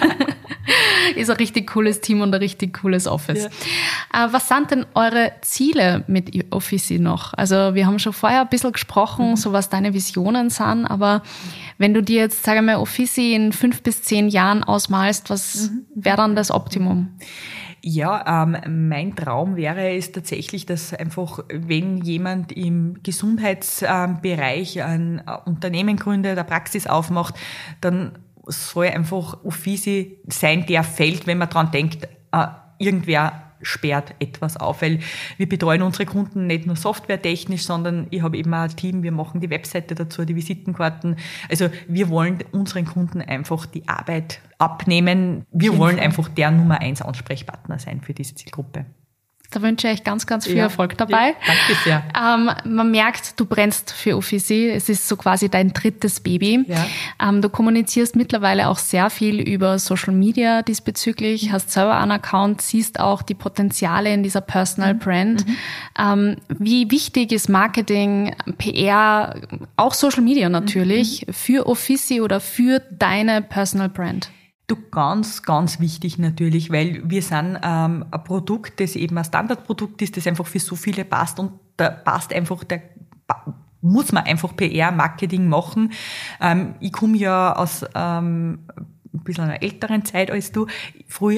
Ist ein richtig cooles Team und ein richtig cooles Office. Ja. Äh, was sind denn eure Ziele mit Uffizi noch? Also wir haben schon vorher ein bisschen gesprochen, mhm. so was deine Visionen sind, aber wenn du dir jetzt, sage mal, Uffizi in fünf bis zehn Jahren ausmalst, was mhm. wäre dann das Optimum? Ja, ähm, mein Traum wäre es tatsächlich, dass einfach, wenn jemand im Gesundheitsbereich ein Unternehmen gründet, eine Praxis aufmacht, dann soll einfach Uffizi sein, der fällt, wenn man dran denkt, äh, irgendwer sperrt etwas auf, weil wir betreuen unsere Kunden nicht nur softwaretechnisch, sondern ich habe eben auch ein Team, wir machen die Webseite dazu, die Visitenkarten. Also wir wollen unseren Kunden einfach die Arbeit abnehmen. Wir wollen einfach der Nummer eins Ansprechpartner sein für diese Zielgruppe. Da wünsche ich euch ganz, ganz viel ja, Erfolg dabei. Ja, danke sehr. Ähm, man merkt, du brennst für Uffizi. Es ist so quasi dein drittes Baby. Ja. Ähm, du kommunizierst mittlerweile auch sehr viel über Social Media diesbezüglich, hast selber einen Account, siehst auch die Potenziale in dieser Personal Brand. Mhm. Ähm, wie wichtig ist Marketing, P R, auch Social Media natürlich, mhm. für Uffizi oder für deine Personal Brand? Du, ganz, ganz wichtig natürlich, weil wir sind ähm, ein Produkt, das eben ein Standardprodukt ist, das einfach für so viele passt und da passt einfach, da muss man einfach P R, Marketing machen. Ähm, ich komme ja aus ähm, ein bisschen einer älteren Zeit als du. Früher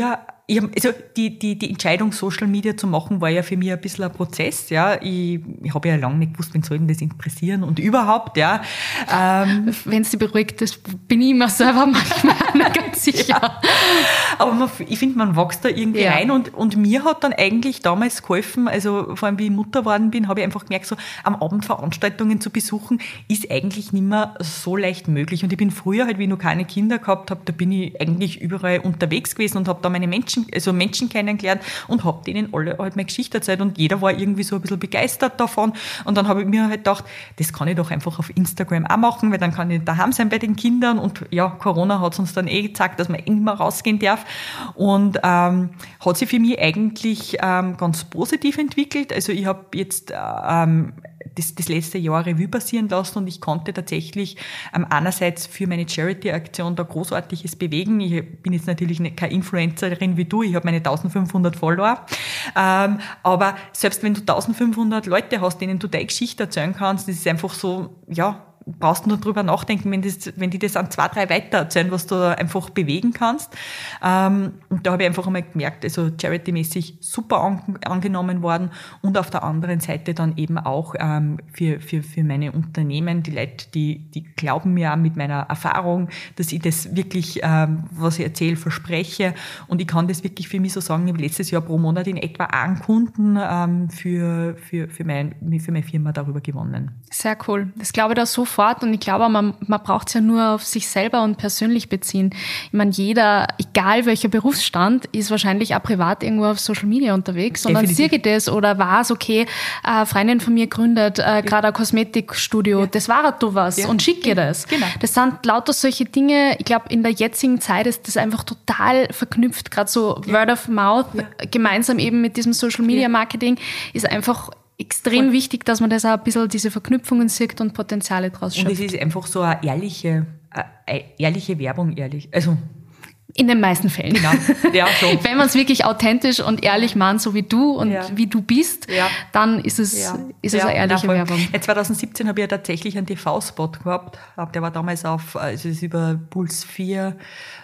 ich hab, also die, die, die Entscheidung, Social Media zu machen, war ja für mich ein bisschen ein Prozess. Ja. Ich, ich habe ja lange nicht gewusst, wen soll denn das interessieren und überhaupt. Ja. Ähm, Wenn es dich beruhigt, das bin ich mir selber manchmal nicht ganz sicher. Ja. Aber man, ich finde, man wächst da irgendwie ja. rein und, und mir hat dann eigentlich damals geholfen, also vor allem wie ich Mutter geworden bin, habe ich einfach gemerkt, so am Abend Veranstaltungen zu besuchen, ist eigentlich nicht mehr so leicht möglich. Und ich bin früher halt, wie ich noch keine Kinder gehabt habe, da bin ich eigentlich überall unterwegs gewesen und habe da meine Menschen also Menschen kennengelernt und habe denen alle halt meine Geschichte erzählt und jeder war irgendwie so ein bisschen begeistert davon und dann habe ich mir halt gedacht, das kann ich doch einfach auf Instagram auch machen, weil dann kann ich daheim sein bei den Kindern und ja, Corona hat uns dann eh gezeigt, dass man eh nicht mehr rausgehen darf und ähm, hat sich für mich eigentlich ähm, ganz positiv entwickelt, also ich habe jetzt ähm, Das, das letzte Jahr Revue passieren lassen und ich konnte tatsächlich ähm, einerseits für meine Charity-Aktion da Großartiges bewegen. Ich bin jetzt natürlich nicht, keine Influencerin wie du, ich habe meine eintausendfünfhundert Follower, ähm, aber selbst wenn du eintausendfünfhundert Leute hast, denen du deine Geschichte erzählen kannst, das ist einfach so, ja, brauchst nur drüber nachdenken, wenn, das, wenn die das an zwei, drei weiter erzählen, was du da einfach bewegen kannst. Ähm, und da habe ich einfach einmal gemerkt, also charity-mäßig super an, angenommen worden und auf der anderen Seite dann eben auch ähm, für, für, für meine Unternehmen, die Leute, die, die glauben mir auch mit meiner Erfahrung, dass ich das wirklich, ähm, was ich erzähle, verspreche und ich kann das wirklich für mich so sagen, ich habe letztes Jahr pro Monat in etwa einen Kunden ähm, für, für, für, mein, für meine Firma darüber gewonnen. Sehr cool. Das glaube ich da sofort. Und ich glaube, man, man braucht es ja nur auf sich selber und persönlich beziehen. Ich meine, jeder, egal welcher Berufsstand, ist wahrscheinlich auch privat irgendwo auf Social Media unterwegs. Und dann sehe ich das oder weiß, okay, eine Freundin von mir gründet äh, gerade ein Kosmetikstudio, ja. Das war du was ja. Und schicke ihr das. Genau. Das sind lauter solche Dinge. Ich glaube, in der jetzigen Zeit ist das einfach total verknüpft. Gerade so ja. Word of Mouth, ja. gemeinsam eben mit diesem Social Media Marketing, ist einfach extrem und wichtig, dass man das auch ein bisschen diese Verknüpfungen sieht und Potenziale draus schöpft. Und es ist einfach so eine ehrliche, eine ehrliche Werbung, ehrlich. Also in den meisten Fällen. Genau. Ja, so. Wenn man es wirklich authentisch und ehrlich meint, so wie du und ja. wie du bist, ja. dann ist es, ja. ist es ja, eine ehrliche nein, Werbung. Ja, zwanzig siebzehn habe ich ja tatsächlich einen T V-Spot gehabt. Der war damals auf, also es ist über Puls vier,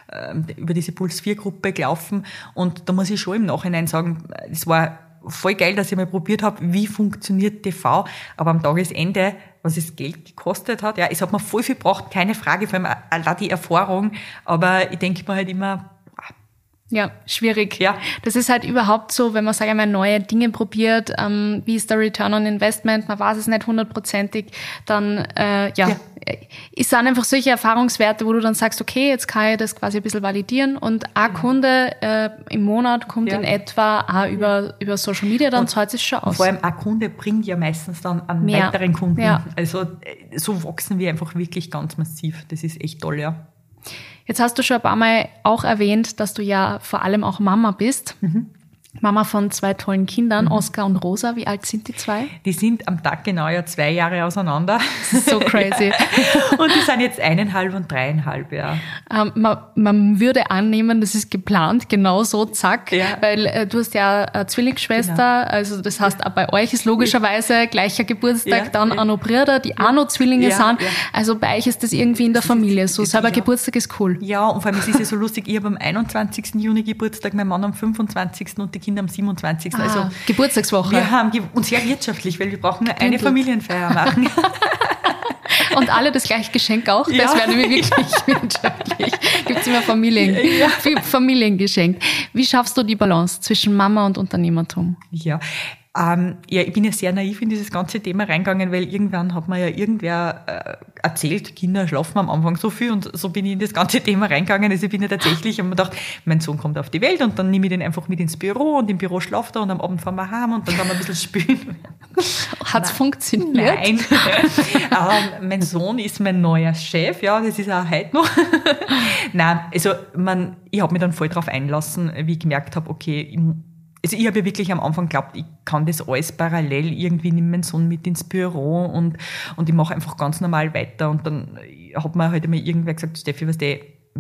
über diese Puls vier Gruppe gelaufen. Und da muss ich schon im Nachhinein sagen, es war voll geil, dass ich mal probiert habe, wie funktioniert T V, aber am Tagesende, was es Geld gekostet hat, ja, es hat mir voll viel gebracht, keine Frage, vor allem allein die Erfahrung, aber ich denke mir halt immer, ja, schwierig. Ja. Das ist halt überhaupt so, wenn man, sagen wir mal, neue Dinge probiert, ähm, wie ist der Return on Investment, man weiß es nicht hundertprozentig, dann, äh, ja, ja. Es sind einfach solche Erfahrungswerte, wo du dann sagst, okay, jetzt kann ich das quasi ein bisschen validieren und ein Kunde äh, im Monat kommt ja. in etwa auch über, ja. über Social Media, dann zahlt es schon aus. Vor allem ein Kunde bringt ja meistens dann einen Mehr. weiteren Kunden. Ja. Also so wachsen wir einfach wirklich ganz massiv. Das ist echt toll, ja. Jetzt hast du schon ein paar Mal auch erwähnt, dass du ja vor allem auch Mama bist. Mhm. Mama von zwei tollen Kindern, mhm. Oskar und Rosa. Wie alt sind die zwei? Die sind am Tag genau ja zwei Jahre auseinander. So crazy. Und die sind jetzt eineinhalb und dreieinhalb, ja. Ähm, man, man würde annehmen, das ist geplant, genau so, zack. Ja. Weil äh, du hast ja eine Zwillingsschwester, genau. Also das heißt, ja. auch bei euch ist logischerweise gleicher Geburtstag, ja. dann ja. auch noch Brüder, die auch noch Zwillinge ja. sind. Ja. Also bei euch ist das irgendwie in der Familie so. Selber ja. Geburtstag ist cool. Ja, und vor allem es ist ja so lustig, ich habe am einundzwanzigsten Juni Geburtstag, mein Mann am fünfundzwanzigsten und die Kinder am siebenundzwanzigsten Ah, also Geburtstagswoche. Wir haben und sehr wirtschaftlich, weil wir brauchen nur eine Familienfeier machen. Und alle das gleiche Geschenk auch. Ja. Das wäre nämlich wirklich wirtschaftlich. Gibt es immer Familien, ja. Familiengeschenk. Wie schaffst du die Balance zwischen Mama und Unternehmertum? Ja. Ähm, ja, ich bin ja sehr naiv in dieses ganze Thema reingegangen, weil irgendwann hat mir ja irgendwer äh, erzählt, Kinder schlafen am Anfang so viel und so bin ich in das ganze Thema reingegangen. Also ich bin ja tatsächlich, und mir gedacht, mein Sohn kommt auf die Welt und dann nehme ich den einfach mit ins Büro und im Büro schlaft er und am Abend fahren wir heim und dann werden wir ein bisschen spielen. Hat's Nein. funktioniert? Nein. ähm, mein Sohn ist mein neuer Chef, ja, das ist auch heute noch. Nein, also man, ich habe mich dann voll drauf einlassen, wie ich gemerkt habe, okay, ich, Also ich habe ja wirklich am Anfang geglaubt, ich kann das alles parallel, irgendwie nehme meinen Sohn mit ins Büro und, und ich mache einfach ganz normal weiter. Und dann hat mir halt einmal irgendwer gesagt, Steffi, was der,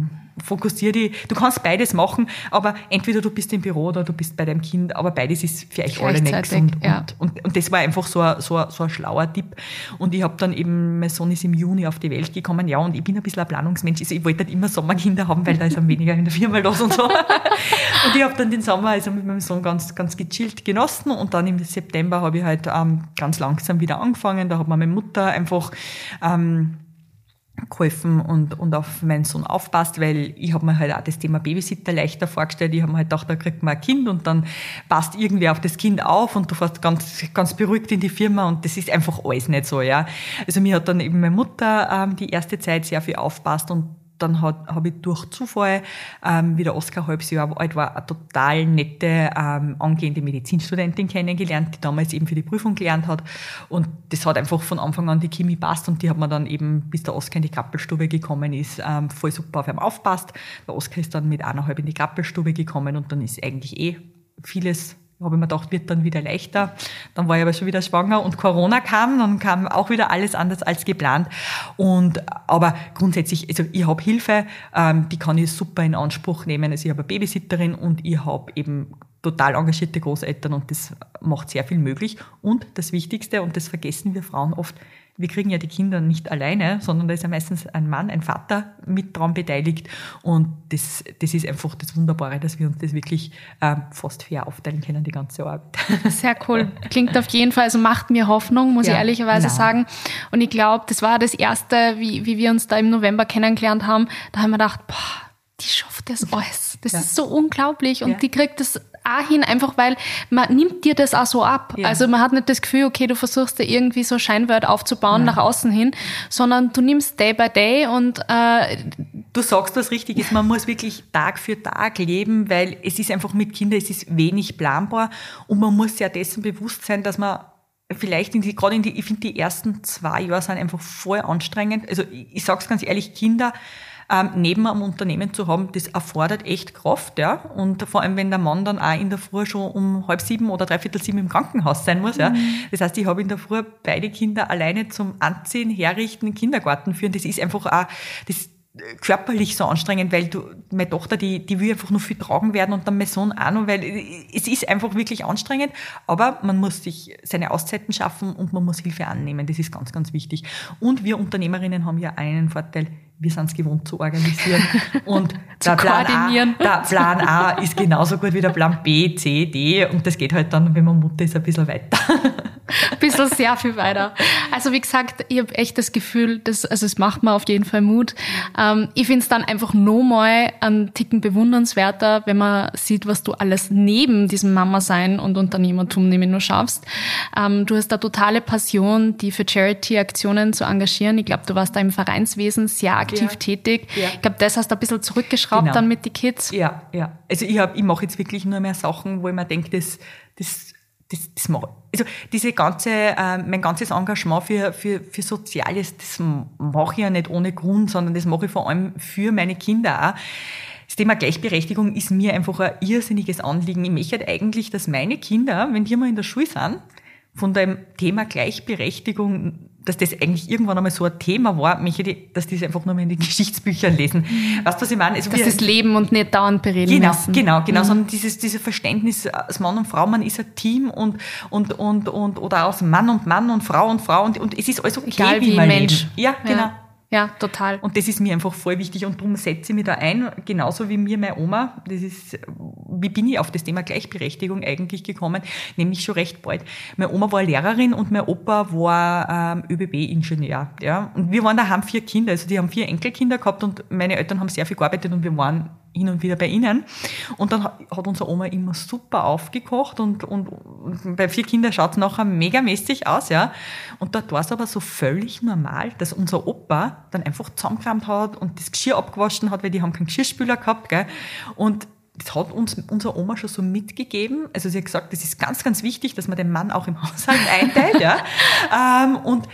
fokussier dich. Du kannst beides machen, aber entweder du bist im Büro oder du bist bei deinem Kind, aber beides ist für euch alle nichts. Und, ja. und, und, und das war einfach so ein, so ein, so ein schlauer Tipp. Und ich habe dann eben, mein Sohn ist im Juni auf die Welt gekommen, ja, und ich bin ein bisschen ein Planungsmensch. Also ich wollte halt immer Sommerkinder haben, weil da ist am weniger in der Firma los und so. Und ich habe dann den Sommer also mit meinem Sohn ganz, ganz gechillt genossen und dann im September habe ich halt ähm, ganz langsam wieder angefangen. Da hat mir meine Mutter einfach ähm, geholfen und, und auf meinen Sohn aufpasst, weil ich habe mir halt auch das Thema Babysitter leichter vorgestellt. Ich habe mir halt gedacht, da kriegt man ein Kind und dann passt irgendwer auf das Kind auf und du fährst ganz, ganz beruhigt in die Firma und das ist einfach alles nicht so, ja. Also mir hat dann eben meine Mutter ähm, die erste Zeit sehr viel aufpasst und dann habe ich durch Zufall, ähm, wie der Oskar ein halbes Jahr alt war, eine total nette, ähm, angehende Medizinstudentin kennengelernt, die damals eben für die Prüfung gelernt hat. Und das hat einfach von Anfang an die Chemie passt und die hat mir dann eben, bis der Oskar in die Krabbelstube gekommen ist, ähm, voll super auf ihn aufpasst. Der Oskar ist dann mit eineinhalb in die Krabbelstube gekommen und dann ist eigentlich eh vieles, habe ich mir gedacht, wird dann wieder leichter. Dann war ich aber schon wieder schwanger und Corona kam, dann kam auch wieder alles anders als geplant. Und, aber grundsätzlich, also ich habe Hilfe, ähm, die kann ich super in Anspruch nehmen. Also ich habe eine Babysitterin und ich habe eben total engagierte Großeltern und das macht sehr viel möglich. Und das Wichtigste, und das vergessen wir Frauen oft, wir kriegen ja die Kinder nicht alleine, sondern da ist ja meistens ein Mann, ein Vater mit dran beteiligt. Und das, das ist einfach das Wunderbare, dass wir uns das wirklich ähm, fast fair aufteilen können, die ganze Arbeit. Sehr cool. Klingt auf jeden Fall, also macht mir Hoffnung, muss ja, ich ehrlicherweise nein. sagen. Und ich glaube, das war das Erste, wie, wie wir uns da im November kennengelernt haben. Da haben wir gedacht, boah, die schafft das alles. Das ja. ist so unglaublich. Und ja. die kriegt das auch hin, einfach weil man nimmt dir das auch so ab. Ja. Also man hat nicht das Gefühl, okay, du versuchst da irgendwie so Scheinwelt aufzubauen Nein. nach außen hin, sondern du nimmst Day by Day und äh, du sagst, was richtig ist. Man muss wirklich Tag für Tag leben, weil es ist einfach mit Kindern, es ist wenig planbar und man muss ja dessen bewusst sein, dass man vielleicht in die, gerade in die, ich finde die ersten zwei Jahre sind einfach voll anstrengend. Also ich, ich sag's ganz ehrlich, Kinder Ähm, neben einem Unternehmen zu haben, das erfordert echt Kraft, ja. Und vor allem, wenn der Mann dann auch in der Früh schon um halb sieben oder dreiviertel sieben im Krankenhaus sein muss, ja. Mhm. Das heißt, ich habe in der Früh beide Kinder alleine zum Anziehen, Herrichten, in den Kindergarten führen. Das ist einfach auch, das körperlich so anstrengend, weil du, meine Tochter, die, die will einfach nur viel tragen werden und dann mein Sohn auch noch, weil es ist einfach wirklich anstrengend, aber man muss sich seine Auszeiten schaffen und man muss Hilfe annehmen. Das ist ganz, ganz wichtig. Und wir Unternehmerinnen haben ja einen Vorteil, wir sind es gewohnt zu organisieren und der Plan A, der Plan A ist genauso gut wie der Plan B, C, D und das geht halt dann, wenn man Mutter ist, ein bisschen weiter. Ein bisschen sehr viel weiter. Also wie gesagt, ich habe echt das Gefühl, dass, also es macht mir auf jeden Fall Mut. Ähm, ich finde es dann einfach nochmal einen Ticken bewundernswerter, wenn man sieht, was du alles neben diesem Mama-Sein und Unternehmertum nämlich nur schaffst. Ähm, du hast da totale Passion, die für Charity-Aktionen zu engagieren. Ich glaube, du warst da im Vereinswesen sehr aktiv ja. tätig. Ja. Ich glaube, das hast du ein bisschen zurückgeschraubt genau. dann mit den Kids. Ja, ja. Also ich, hab, ich mache jetzt wirklich nur mehr Sachen, wo ich mir denke, das, das Das, das mache also diese ganze, äh, mein ganzes Engagement für, für, für Soziales, das mache ich ja nicht ohne Grund, sondern das mache ich vor allem für meine Kinder auch. Das Thema Gleichberechtigung ist mir einfach ein irrsinniges Anliegen. Ich möchte eigentlich, dass meine Kinder, wenn die mal in der Schule sind, von dem Thema Gleichberechtigung, dass das eigentlich irgendwann einmal so ein Thema war, möchte ich, dass die es einfach nur mal in den Geschichtsbüchern lesen. Weißt du, was ich meine? Also dass das Leben und nicht dauernd bereden genau, müssen. Genau, genau, mhm. sondern dieses, dieses Verständnis als Mann und Frau, man ist ein Team und, und, und, und, oder aus Mann und Mann und Frau und Frau und, und es ist alles okay, egal wie, wie man Mensch. Leben. Ja, genau. Ja. Ja, total. Und das ist mir einfach voll wichtig und darum setze ich mich da ein, genauso wie mir meine Oma. Das ist, wie bin ich auf das Thema Gleichberechtigung eigentlich gekommen? Nämlich schon recht bald. Meine Oma war Lehrerin und mein Opa war ähm, Ö B B-Ingenieur. Ja? Und wir waren daheim vier Kinder, also die haben vier Enkelkinder gehabt und meine Eltern haben sehr viel gearbeitet und wir waren hin und wieder bei ihnen. Und dann hat unsere Oma immer super aufgekocht und, und, und bei vier Kindern schaut es nachher megamäßig aus, ja. Und dort war es aber so völlig normal, dass unser Opa dann einfach zusammengekramt hat und das Geschirr abgewaschen hat, weil die haben keinen Geschirrspüler gehabt, gell. Und das hat uns unsere Oma schon so mitgegeben. Also sie hat gesagt, das ist ganz, ganz wichtig, dass man den Mann auch im Haushalt einteilt, ja. Ähm, und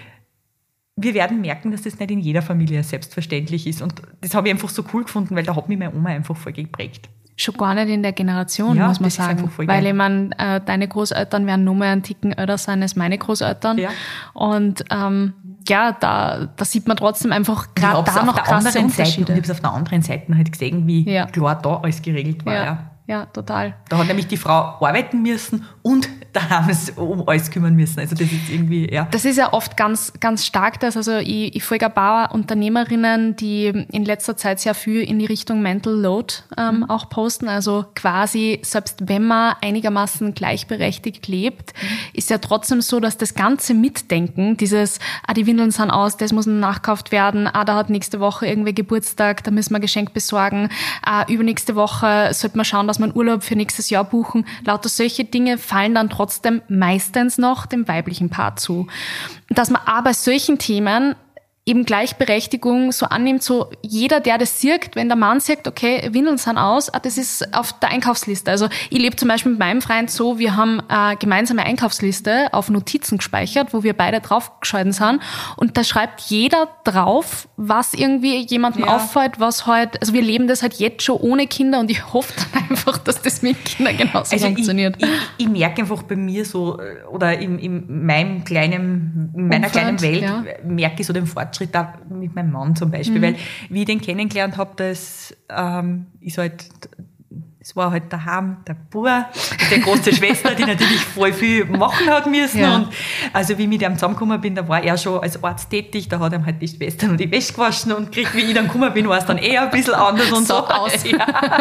wir werden merken, dass das nicht in jeder Familie selbstverständlich ist. Und das habe ich einfach so cool gefunden, weil da hat mich meine Oma einfach voll geprägt. Schon gar nicht in der Generation, ja, muss man sagen. Weil geil. Ich meine, äh, deine Großeltern werden nur mehr einen Ticken älter sein als meine Großeltern. Ja. Und ähm, ja, da, da sieht man trotzdem einfach gerade da noch krasse Unterschiede. Und ich habe es auf der anderen Seite halt gesehen, wie ja. klar da alles geregelt war. Ja. Ja. Ja, total. Da hat nämlich die Frau arbeiten müssen und daheim um alles kümmern müssen. Also das ist irgendwie, ja. Das ist ja oft ganz, ganz stark das. Also ich, ich folge ein paar Unternehmerinnen, die in letzter Zeit sehr viel in die Richtung Mental Load ähm, mhm. auch posten. Also quasi, selbst wenn man einigermaßen gleichberechtigt lebt, mhm. ist ja trotzdem so, dass das ganze Mitdenken, dieses, ah, die Windeln sind aus, das muss nachgekauft werden, ah, da hat nächste Woche irgendwie Geburtstag, da müssen wir ein Geschenk besorgen, ah, übernächste Woche sollte man schauen, dass man Urlaub für nächstes Jahr buchen. Lauter solche Dinge fallen dann trotzdem meistens noch dem weiblichen Part zu. Dass man aber bei solchen Themen eben Gleichberechtigung so annimmt, so jeder, der das sieht, wenn der Mann sagt, okay, Windeln sind aus, ah, das ist auf der Einkaufsliste. Also ich lebe zum Beispiel mit meinem Freund so, wir haben eine gemeinsame Einkaufsliste auf Notizen gespeichert, wo wir beide draufgeschalten sind und da schreibt jeder drauf, was irgendwie jemandem ja. auffällt, was halt, also wir leben das halt jetzt schon ohne Kinder und ich hoffe dann einfach, dass das mit Kindern genauso also funktioniert. Ich, ich, ich merke einfach bei mir so, oder in, in meinem kleinen, in meiner Umfeld, kleinen Welt, ja. merke ich so den Fortschritt da mit meinem Mann zum Beispiel, mhm. weil wie ich den kennengelernt habe, das ähm, ist halt, es war halt daheim der Bub, die große Schwester, die natürlich voll viel machen hat müssen ja. und also wie ich mit ihm zusammengekommen bin, da war er schon als Arzt tätig, da hat ihm halt die Schwestern und die Wäsche gewaschen und kriegt, wie ich dann gekommen bin, war es dann eher ein bisschen anders und so, so aus. Ja.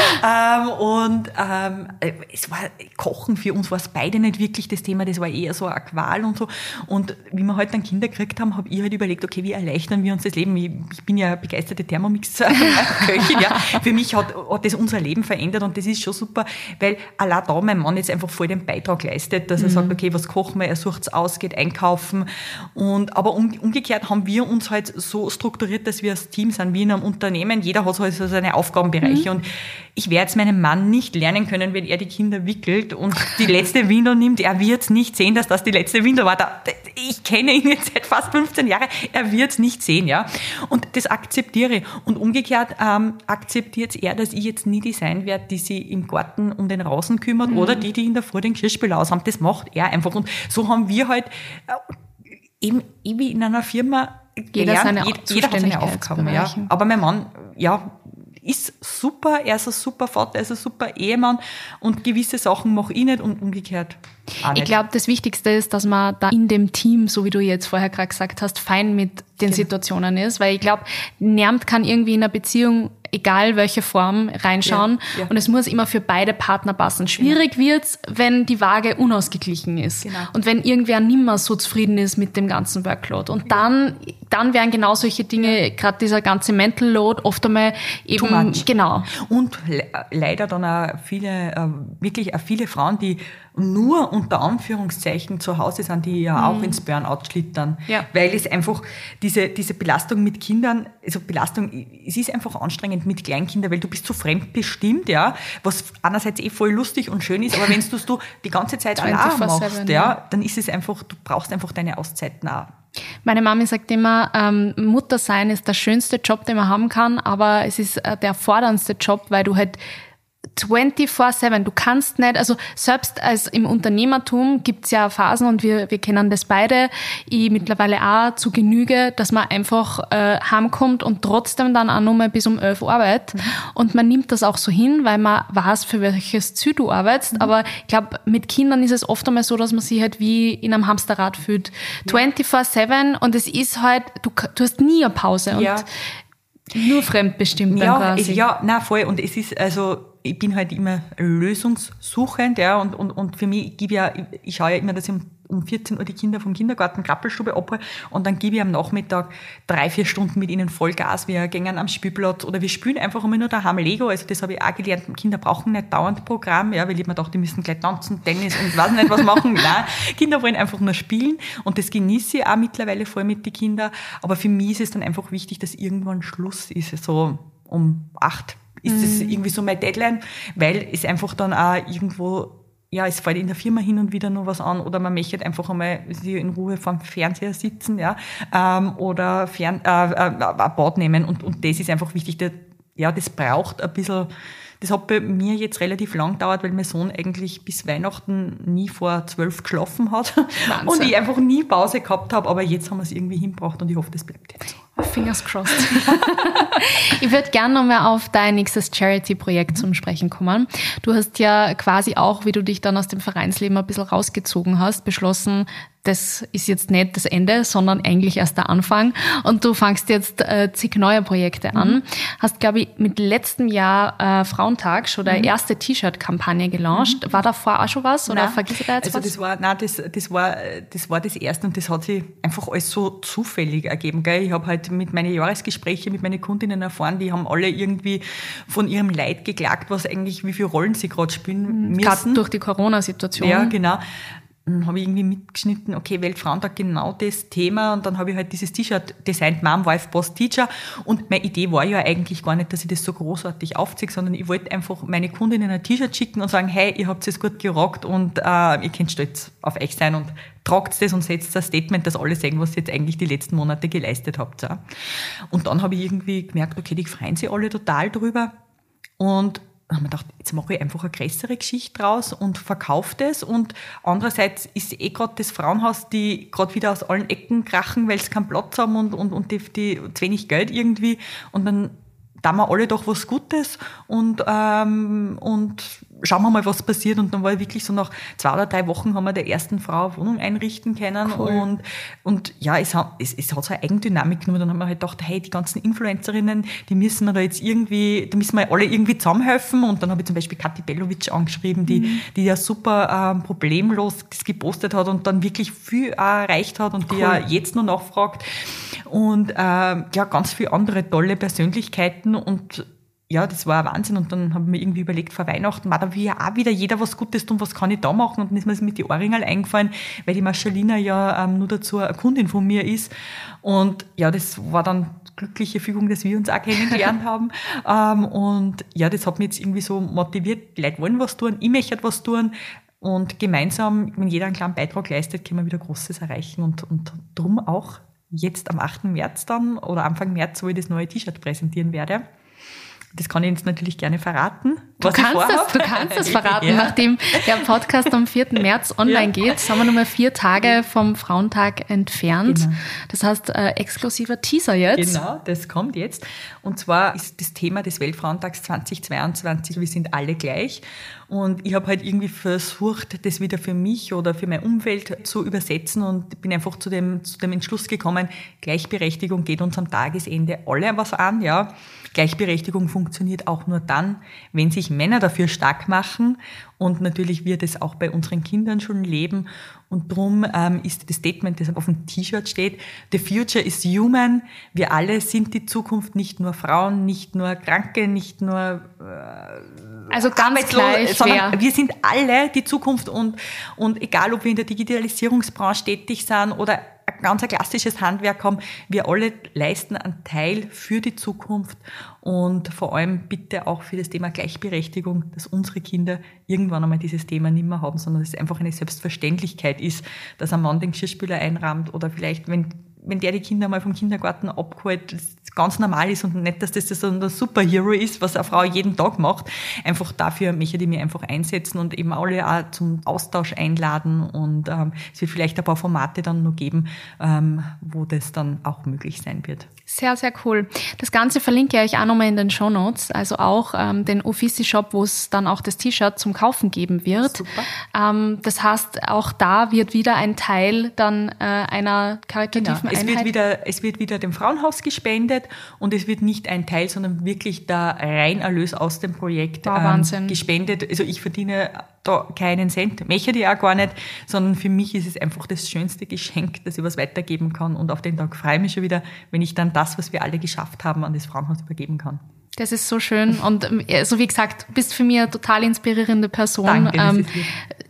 ähm, und ähm, es war, Kochen für uns war es beide nicht wirklich das Thema, das war eher so eine Qual und so und wie wir halt dann Kinder gekriegt haben, habe ich halt überlegt, okay, wie erleichtern wir uns das Leben? Ich, ich bin ja begeisterte Thermomix-Köchin, ja. Für mich hat, hat das unser Leben verändert und das ist schon super, weil allein da mein Mann jetzt einfach voll den Beitrag leistet, dass er mhm. sagt, okay, was kochen wir, er sucht es aus, geht einkaufen und aber um, umgekehrt haben wir uns halt so strukturiert, dass wir als Team sind, wie in einem Unternehmen, jeder hat halt so seine Aufgabenbereiche mhm. und ich werde jetzt meinen Mann nicht lernen können, wenn er die Kinder wickelt und die letzte Windel nimmt, er wird nicht sehen, dass das die letzte Windel war. Da, ich kenne ihn jetzt seit fast fünfzehn Jahren, er wird es nicht sehen, ja. Und das akzeptiere ich. Und umgekehrt ähm, akzeptiert er, dass ich jetzt nie die sein werde, die sich im Garten um den Rasen kümmert mhm. oder die, die in der Früh den Geschirrspüler aus haben. Das macht er einfach. Und so haben wir halt äh, eben, eben in einer Firma jeder gelernt, seine, jeder, jeder hat seine Aufgaben. Ja. Aber mein Mann, ja, ist super, er ist ein super Vater, er ist ein super Ehemann und gewisse Sachen mache ich nicht und umgekehrt auch nicht. Ich glaube, das Wichtigste ist, dass man da in dem Team, so wie du jetzt vorher gerade gesagt hast, fein mit den genau. Situationen ist, weil ich glaube, niemand kann irgendwie in einer Beziehung, egal welche Form, reinschauen ja, ja. und es muss immer für beide Partner passen. Schwierig genau. wird's, wenn die Waage unausgeglichen ist genau. und wenn irgendwer nimmer so zufrieden ist mit dem ganzen Workload und dann, dann wären genau solche Dinge, ja. gerade dieser ganze Mental Load, oft einmal eben, Too much. Genau. Und le- leider dann auch viele, äh, wirklich auch viele Frauen, die nur unter Anführungszeichen zu Hause sind, die ja auch mhm. ins Burnout schlittern. Ja. Weil es einfach diese, diese Belastung mit Kindern, also Belastung, es ist einfach anstrengend mit Kleinkindern, weil du bist so fremdbestimmt, ja, was einerseits eh voll lustig und schön ist, aber wenn du es die ganze Zeit allein machst, ja, dann ist es einfach, du brauchst einfach deine Auszeiten auch. Meine Mami sagt immer, ähm, Mutter sein ist der schönste Job, den man haben kann, aber es ist äh, der forderndste Job, weil du halt vierundzwanzig sieben, du kannst nicht, also selbst als im Unternehmertum gibt's ja Phasen und wir wir kennen das beide, ich mittlerweile auch zu Genüge, dass man einfach äh, heimkommt und trotzdem dann auch nochmal bis um elf Uhr arbeitet mhm. und man nimmt das auch so hin, weil man weiß, für welches Ziel du arbeitest, mhm. aber ich glaube, mit Kindern ist es oft einmal so, dass man sich halt wie in einem Hamsterrad fühlt. Ja. vierundzwanzig sieben und es ist halt, du, du hast nie eine Pause und ja. nur fremdbestimmt ja, dann quasi. Ja, nein, voll. Und es ist, also, ich bin halt immer lösungssuchend, ja, und, und, und für mich, ich gebe ja, ich, ich schaue ja immer, dass ich um, um vierzehn Uhr die Kinder vom Kindergarten Krabbelstube abhole und dann gebe ich am Nachmittag drei, vier Stunden mit ihnen Vollgas. Wir gehen am Spielplatz oder wir spielen einfach immer nur daheim Lego. Also das habe ich auch gelernt. Kinder brauchen nicht dauernd Programm, ja, weil ich mir dachte, die müssen gleich tanzen, Tennis und weiß nicht was machen. Nein, Kinder wollen einfach nur spielen und das genieße ich auch mittlerweile voll mit den Kindern. Aber für mich ist es dann einfach wichtig, dass irgendwann Schluss ist, so um acht. Ist das mhm. irgendwie so meine Deadline, weil es einfach dann auch irgendwo, ja, es fällt in der Firma hin und wieder noch was an oder man möchte einfach einmal in Ruhe vorm Fernseher sitzen, ja, ähm, oder fern, äh, äh, ein Bad nehmen und, und das ist einfach wichtig. Der, ja, das braucht ein bisschen, das hat bei mir jetzt relativ lang gedauert, weil mein Sohn eigentlich bis Weihnachten nie vor zwölf geschlafen hat. Wahnsinn. Und ich einfach nie Pause gehabt habe, aber jetzt haben wir es irgendwie hingebracht und ich hoffe, das bleibt jetzt so. Fingers crossed. Ich würde gerne nochmal auf dein nächstes Charity-Projekt zum Sprechen kommen. Du hast ja quasi auch, wie du dich dann aus dem Vereinsleben ein bisschen rausgezogen hast, beschlossen, das ist jetzt nicht das Ende, sondern eigentlich erst der Anfang. Und du fangst jetzt äh, zig neue Projekte an. Mhm. Hast, glaube ich, mit letztem Jahr äh, Frauentag schon deine mhm. erste T-Shirt-Kampagne gelauncht. Mhm. War davor auch schon was? Oder vergiss ich da jetzt also was? Das war, nein, das, das, war, das war das Erste und das hat sich einfach alles so zufällig ergeben. Gell? Ich habe halt mit meinen Jahresgesprächen mit meinen Kundinnen erfahren, die haben alle irgendwie von ihrem Leid geklagt, was eigentlich, wie viele Rollen sie gerade spielen müssen. Gerade durch die Corona-Situation. Ja, genau. Dann habe ich irgendwie mitgeschnitten, okay, Weltfrauentag, genau das Thema. Und dann habe ich halt dieses T-Shirt designt, Mom, Wife, Boss, Teacher. Und meine Idee war ja eigentlich gar nicht, dass ich das so großartig aufziehe, sondern ich wollte einfach meine Kundinnen ein T-Shirt schicken und sagen, hey, ihr habt es gut gerockt und äh, ihr könnt stolz auf euch sein und tragt das und setzt das Statement, dass alle sehen, was ihr jetzt eigentlich die letzten Monate geleistet habt. Ja. Und dann habe ich irgendwie gemerkt, okay, die freuen sich alle total drüber. Und dann haben wir gedacht, jetzt mache ich einfach eine größere Geschichte draus und verkaufe das. Und andererseits ist eh gerade das Frauenhaus, die gerade wieder aus allen Ecken krachen, weil sie keinen Platz haben und, und, und die, die zu wenig Geld irgendwie. Und dann tun wir alle doch was Gutes und, ähm, und schauen wir mal, was passiert. Und dann war ich wirklich so, nach zwei oder drei Wochen haben wir der ersten Frau eine Wohnung einrichten können. Cool. Und, und ja, es hat, es, es hat so eine Eigendynamik genommen. Dann haben wir halt gedacht, hey, die ganzen Influencerinnen, die müssen wir da jetzt irgendwie, da müssen wir alle irgendwie zusammenhelfen. Und dann habe ich zum Beispiel Kathi Bellovic angeschrieben, die, mhm. die ja super ähm, problemlos das gepostet hat und dann wirklich viel auch erreicht hat und cool. die ja jetzt noch nachfragt. Und ähm, ja, ganz viele andere tolle Persönlichkeiten und ja, das war ein Wahnsinn. Und dann habe ich mir irgendwie überlegt, vor Weihnachten, da will ja auch wieder jeder was Gutes tun, was kann ich da machen? Und dann ist mir das mit die Ohrringerl eingefallen, weil die Marcelina ja ähm, nur dazu eine Kundin von mir ist. Und ja, das war dann glückliche Fügung, dass wir uns auch kennengelernt haben. Ähm, und ja, das hat mich jetzt irgendwie so motiviert, die Leute wollen was tun, ich möchte was tun. Und gemeinsam, wenn jeder einen kleinen Beitrag leistet, können wir wieder Großes erreichen. Und, und drum auch jetzt am achten März dann oder Anfang März, wo ich das neue T-Shirt präsentieren werde. Das kann ich jetzt natürlich gerne verraten. Du kannst, es, du kannst es verraten, ja. Nachdem der Podcast am vierten März online ja. geht, sind wir nochmal vier Tage vom Frauentag entfernt. Genau. Das heißt, äh, exklusiver Teaser jetzt. Genau, das kommt jetzt. Und zwar ist das Thema des Weltfrauentags zweitausendzweiundzwanzig, wir sind alle gleich. Und ich habe halt irgendwie versucht, das wieder für mich oder für mein Umfeld zu übersetzen und bin einfach zu dem, zu dem Entschluss gekommen, Gleichberechtigung geht uns am Tagesende alle was an, ja. Gleichberechtigung funktioniert auch nur dann, wenn sich Männer dafür stark machen und natürlich wird es auch bei unseren Kindern schon leben und drum ähm, ist das Statement, das auf dem T-Shirt steht, the future is human, wir alle sind die Zukunft, nicht nur Frauen, nicht nur Kranke, nicht nur äh, also ganz gleich, sondern wir sind alle die Zukunft und, und egal, ob wir in der Digitalisierungsbranche tätig sind oder ein ganz ein klassisches Handwerk haben, wir alle leisten einen Teil für die Zukunft und vor allem bitte auch für das Thema Gleichberechtigung, dass unsere Kinder irgendwann einmal dieses Thema nicht mehr haben, sondern dass es einfach eine Selbstverständlichkeit ist, dass ein Mann den Geschirrspüler einrahmt oder vielleicht, wenn wenn der die Kinder mal vom Kindergarten abgeholt, das ganz normal ist und nicht, dass das so ein Superhero ist, was eine Frau jeden Tag macht. Einfach dafür möchte ich mich einfach einsetzen und eben alle auch zum Austausch einladen und ähm, es wird vielleicht ein paar Formate dann noch geben, ähm, wo das dann auch möglich sein wird. Sehr, sehr cool. Das Ganze verlinke ich auch nochmal in den Shownotes, also auch ähm, den Offici-Shop, wo es dann auch das T-Shirt zum Kaufen geben wird. Super. Ähm, das heißt, auch da wird wieder ein Teil dann äh, einer karitativen genau. Es Einheit. wird wieder, es wird wieder dem Frauenhaus gespendet und es wird nicht ein Teil, sondern wirklich der Reinerlös aus dem Projekt wow, Wahnsinn. Ähm, gespendet. Also ich verdiene da keinen Cent, möchte ich auch gar nicht, sondern für mich ist es einfach das schönste Geschenk, dass ich was weitergeben kann und auf den Tag freue ich mich schon wieder, wenn ich dann das, was wir alle geschafft haben, an das Frauenhaus übergeben kann. Das ist so schön und so also wie gesagt, du bist für mich eine total inspirierende Person. Danke, das ähm, ist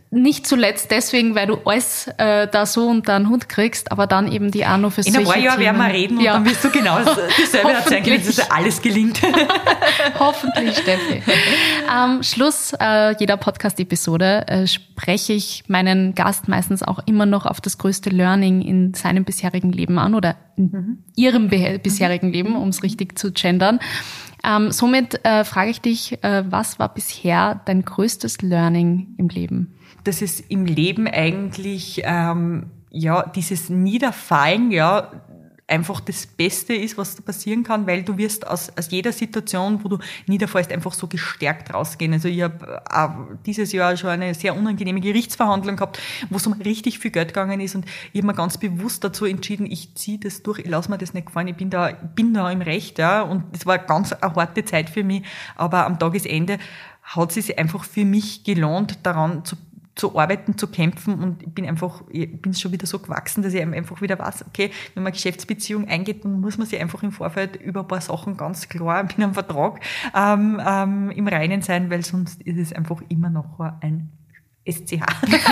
nicht zuletzt deswegen, weil du alles äh, da so unter einen Hut kriegst, aber dann eben die auch noch für In solche ein paar Jahren werden wir reden und ja. dann wirst du genau dasselbe erzählen, dass alles gelingt. Hoffentlich, Steffi. Am Schluss äh, jeder Podcast-Episode äh, spreche ich meinen Gast meistens auch immer noch auf das größte Learning in seinem bisherigen Leben an oder in mhm. ihrem be- bisherigen Leben, um es richtig zu gendern. Ähm, somit äh, frage ich dich, äh, was war bisher dein größtes Learning im Leben? Dass es im Leben eigentlich, ähm, ja, dieses Niederfallen, ja, einfach das Beste ist, was da passieren kann, weil du wirst aus, aus jeder Situation, wo du niederfällst, einfach so gestärkt rausgehen. Also ich habe äh, dieses Jahr schon eine sehr unangenehme Gerichtsverhandlung gehabt, wo es um richtig viel Geld gegangen ist und ich habe mir ganz bewusst dazu entschieden, ich ziehe das durch, ich lasse mir das nicht gefallen, ich bin da, bin da im Recht, ja, und es war ganz eine harte Zeit für mich, aber am Tagesende hat es sich einfach für mich gelohnt, daran zu zu arbeiten, zu kämpfen und ich bin einfach, ich bin schon wieder so gewachsen, dass ich einfach wieder weiß, okay, wenn man Geschäftsbeziehung eingeht, dann muss man sich einfach im Vorfeld über ein paar Sachen ganz klar mit einem Vertrag ähm, ähm, im Reinen sein, weil sonst ist es einfach immer noch ein S C H.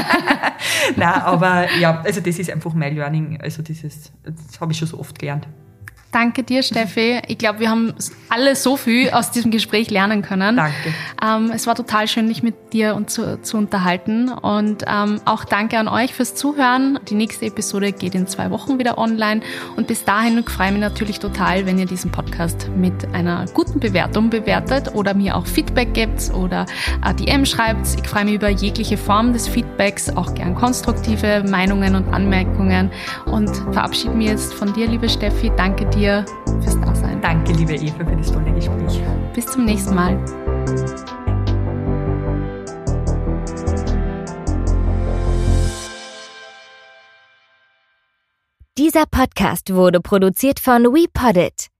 Nein, aber ja, also das ist einfach mein Learning, also dieses, das habe ich schon so oft gelernt. Danke dir, Steffi. Ich glaube, wir haben alle so viel aus diesem Gespräch lernen können. Danke. Ähm, es war total schön, mich mit dir und zu, zu unterhalten. Und ähm, auch danke an euch fürs Zuhören. Die nächste Episode geht in zwei Wochen wieder online. Und bis dahin freue ich mich natürlich total, wenn ihr diesen Podcast mit einer guten Bewertung bewertet oder mir auch Feedback gebt oder äh, D M schreibt. Ich freue mich über jegliche Form des Feedbacks, auch gern konstruktive Meinungen und Anmerkungen. Und verabschiede mich jetzt von dir, liebe Steffi. Danke dir. dir fürs Dasein. Danke, liebe Eva, für das tolle Gespräch. Bis zum nächsten Mal. Dieser Podcast wurde produziert von WePoddit.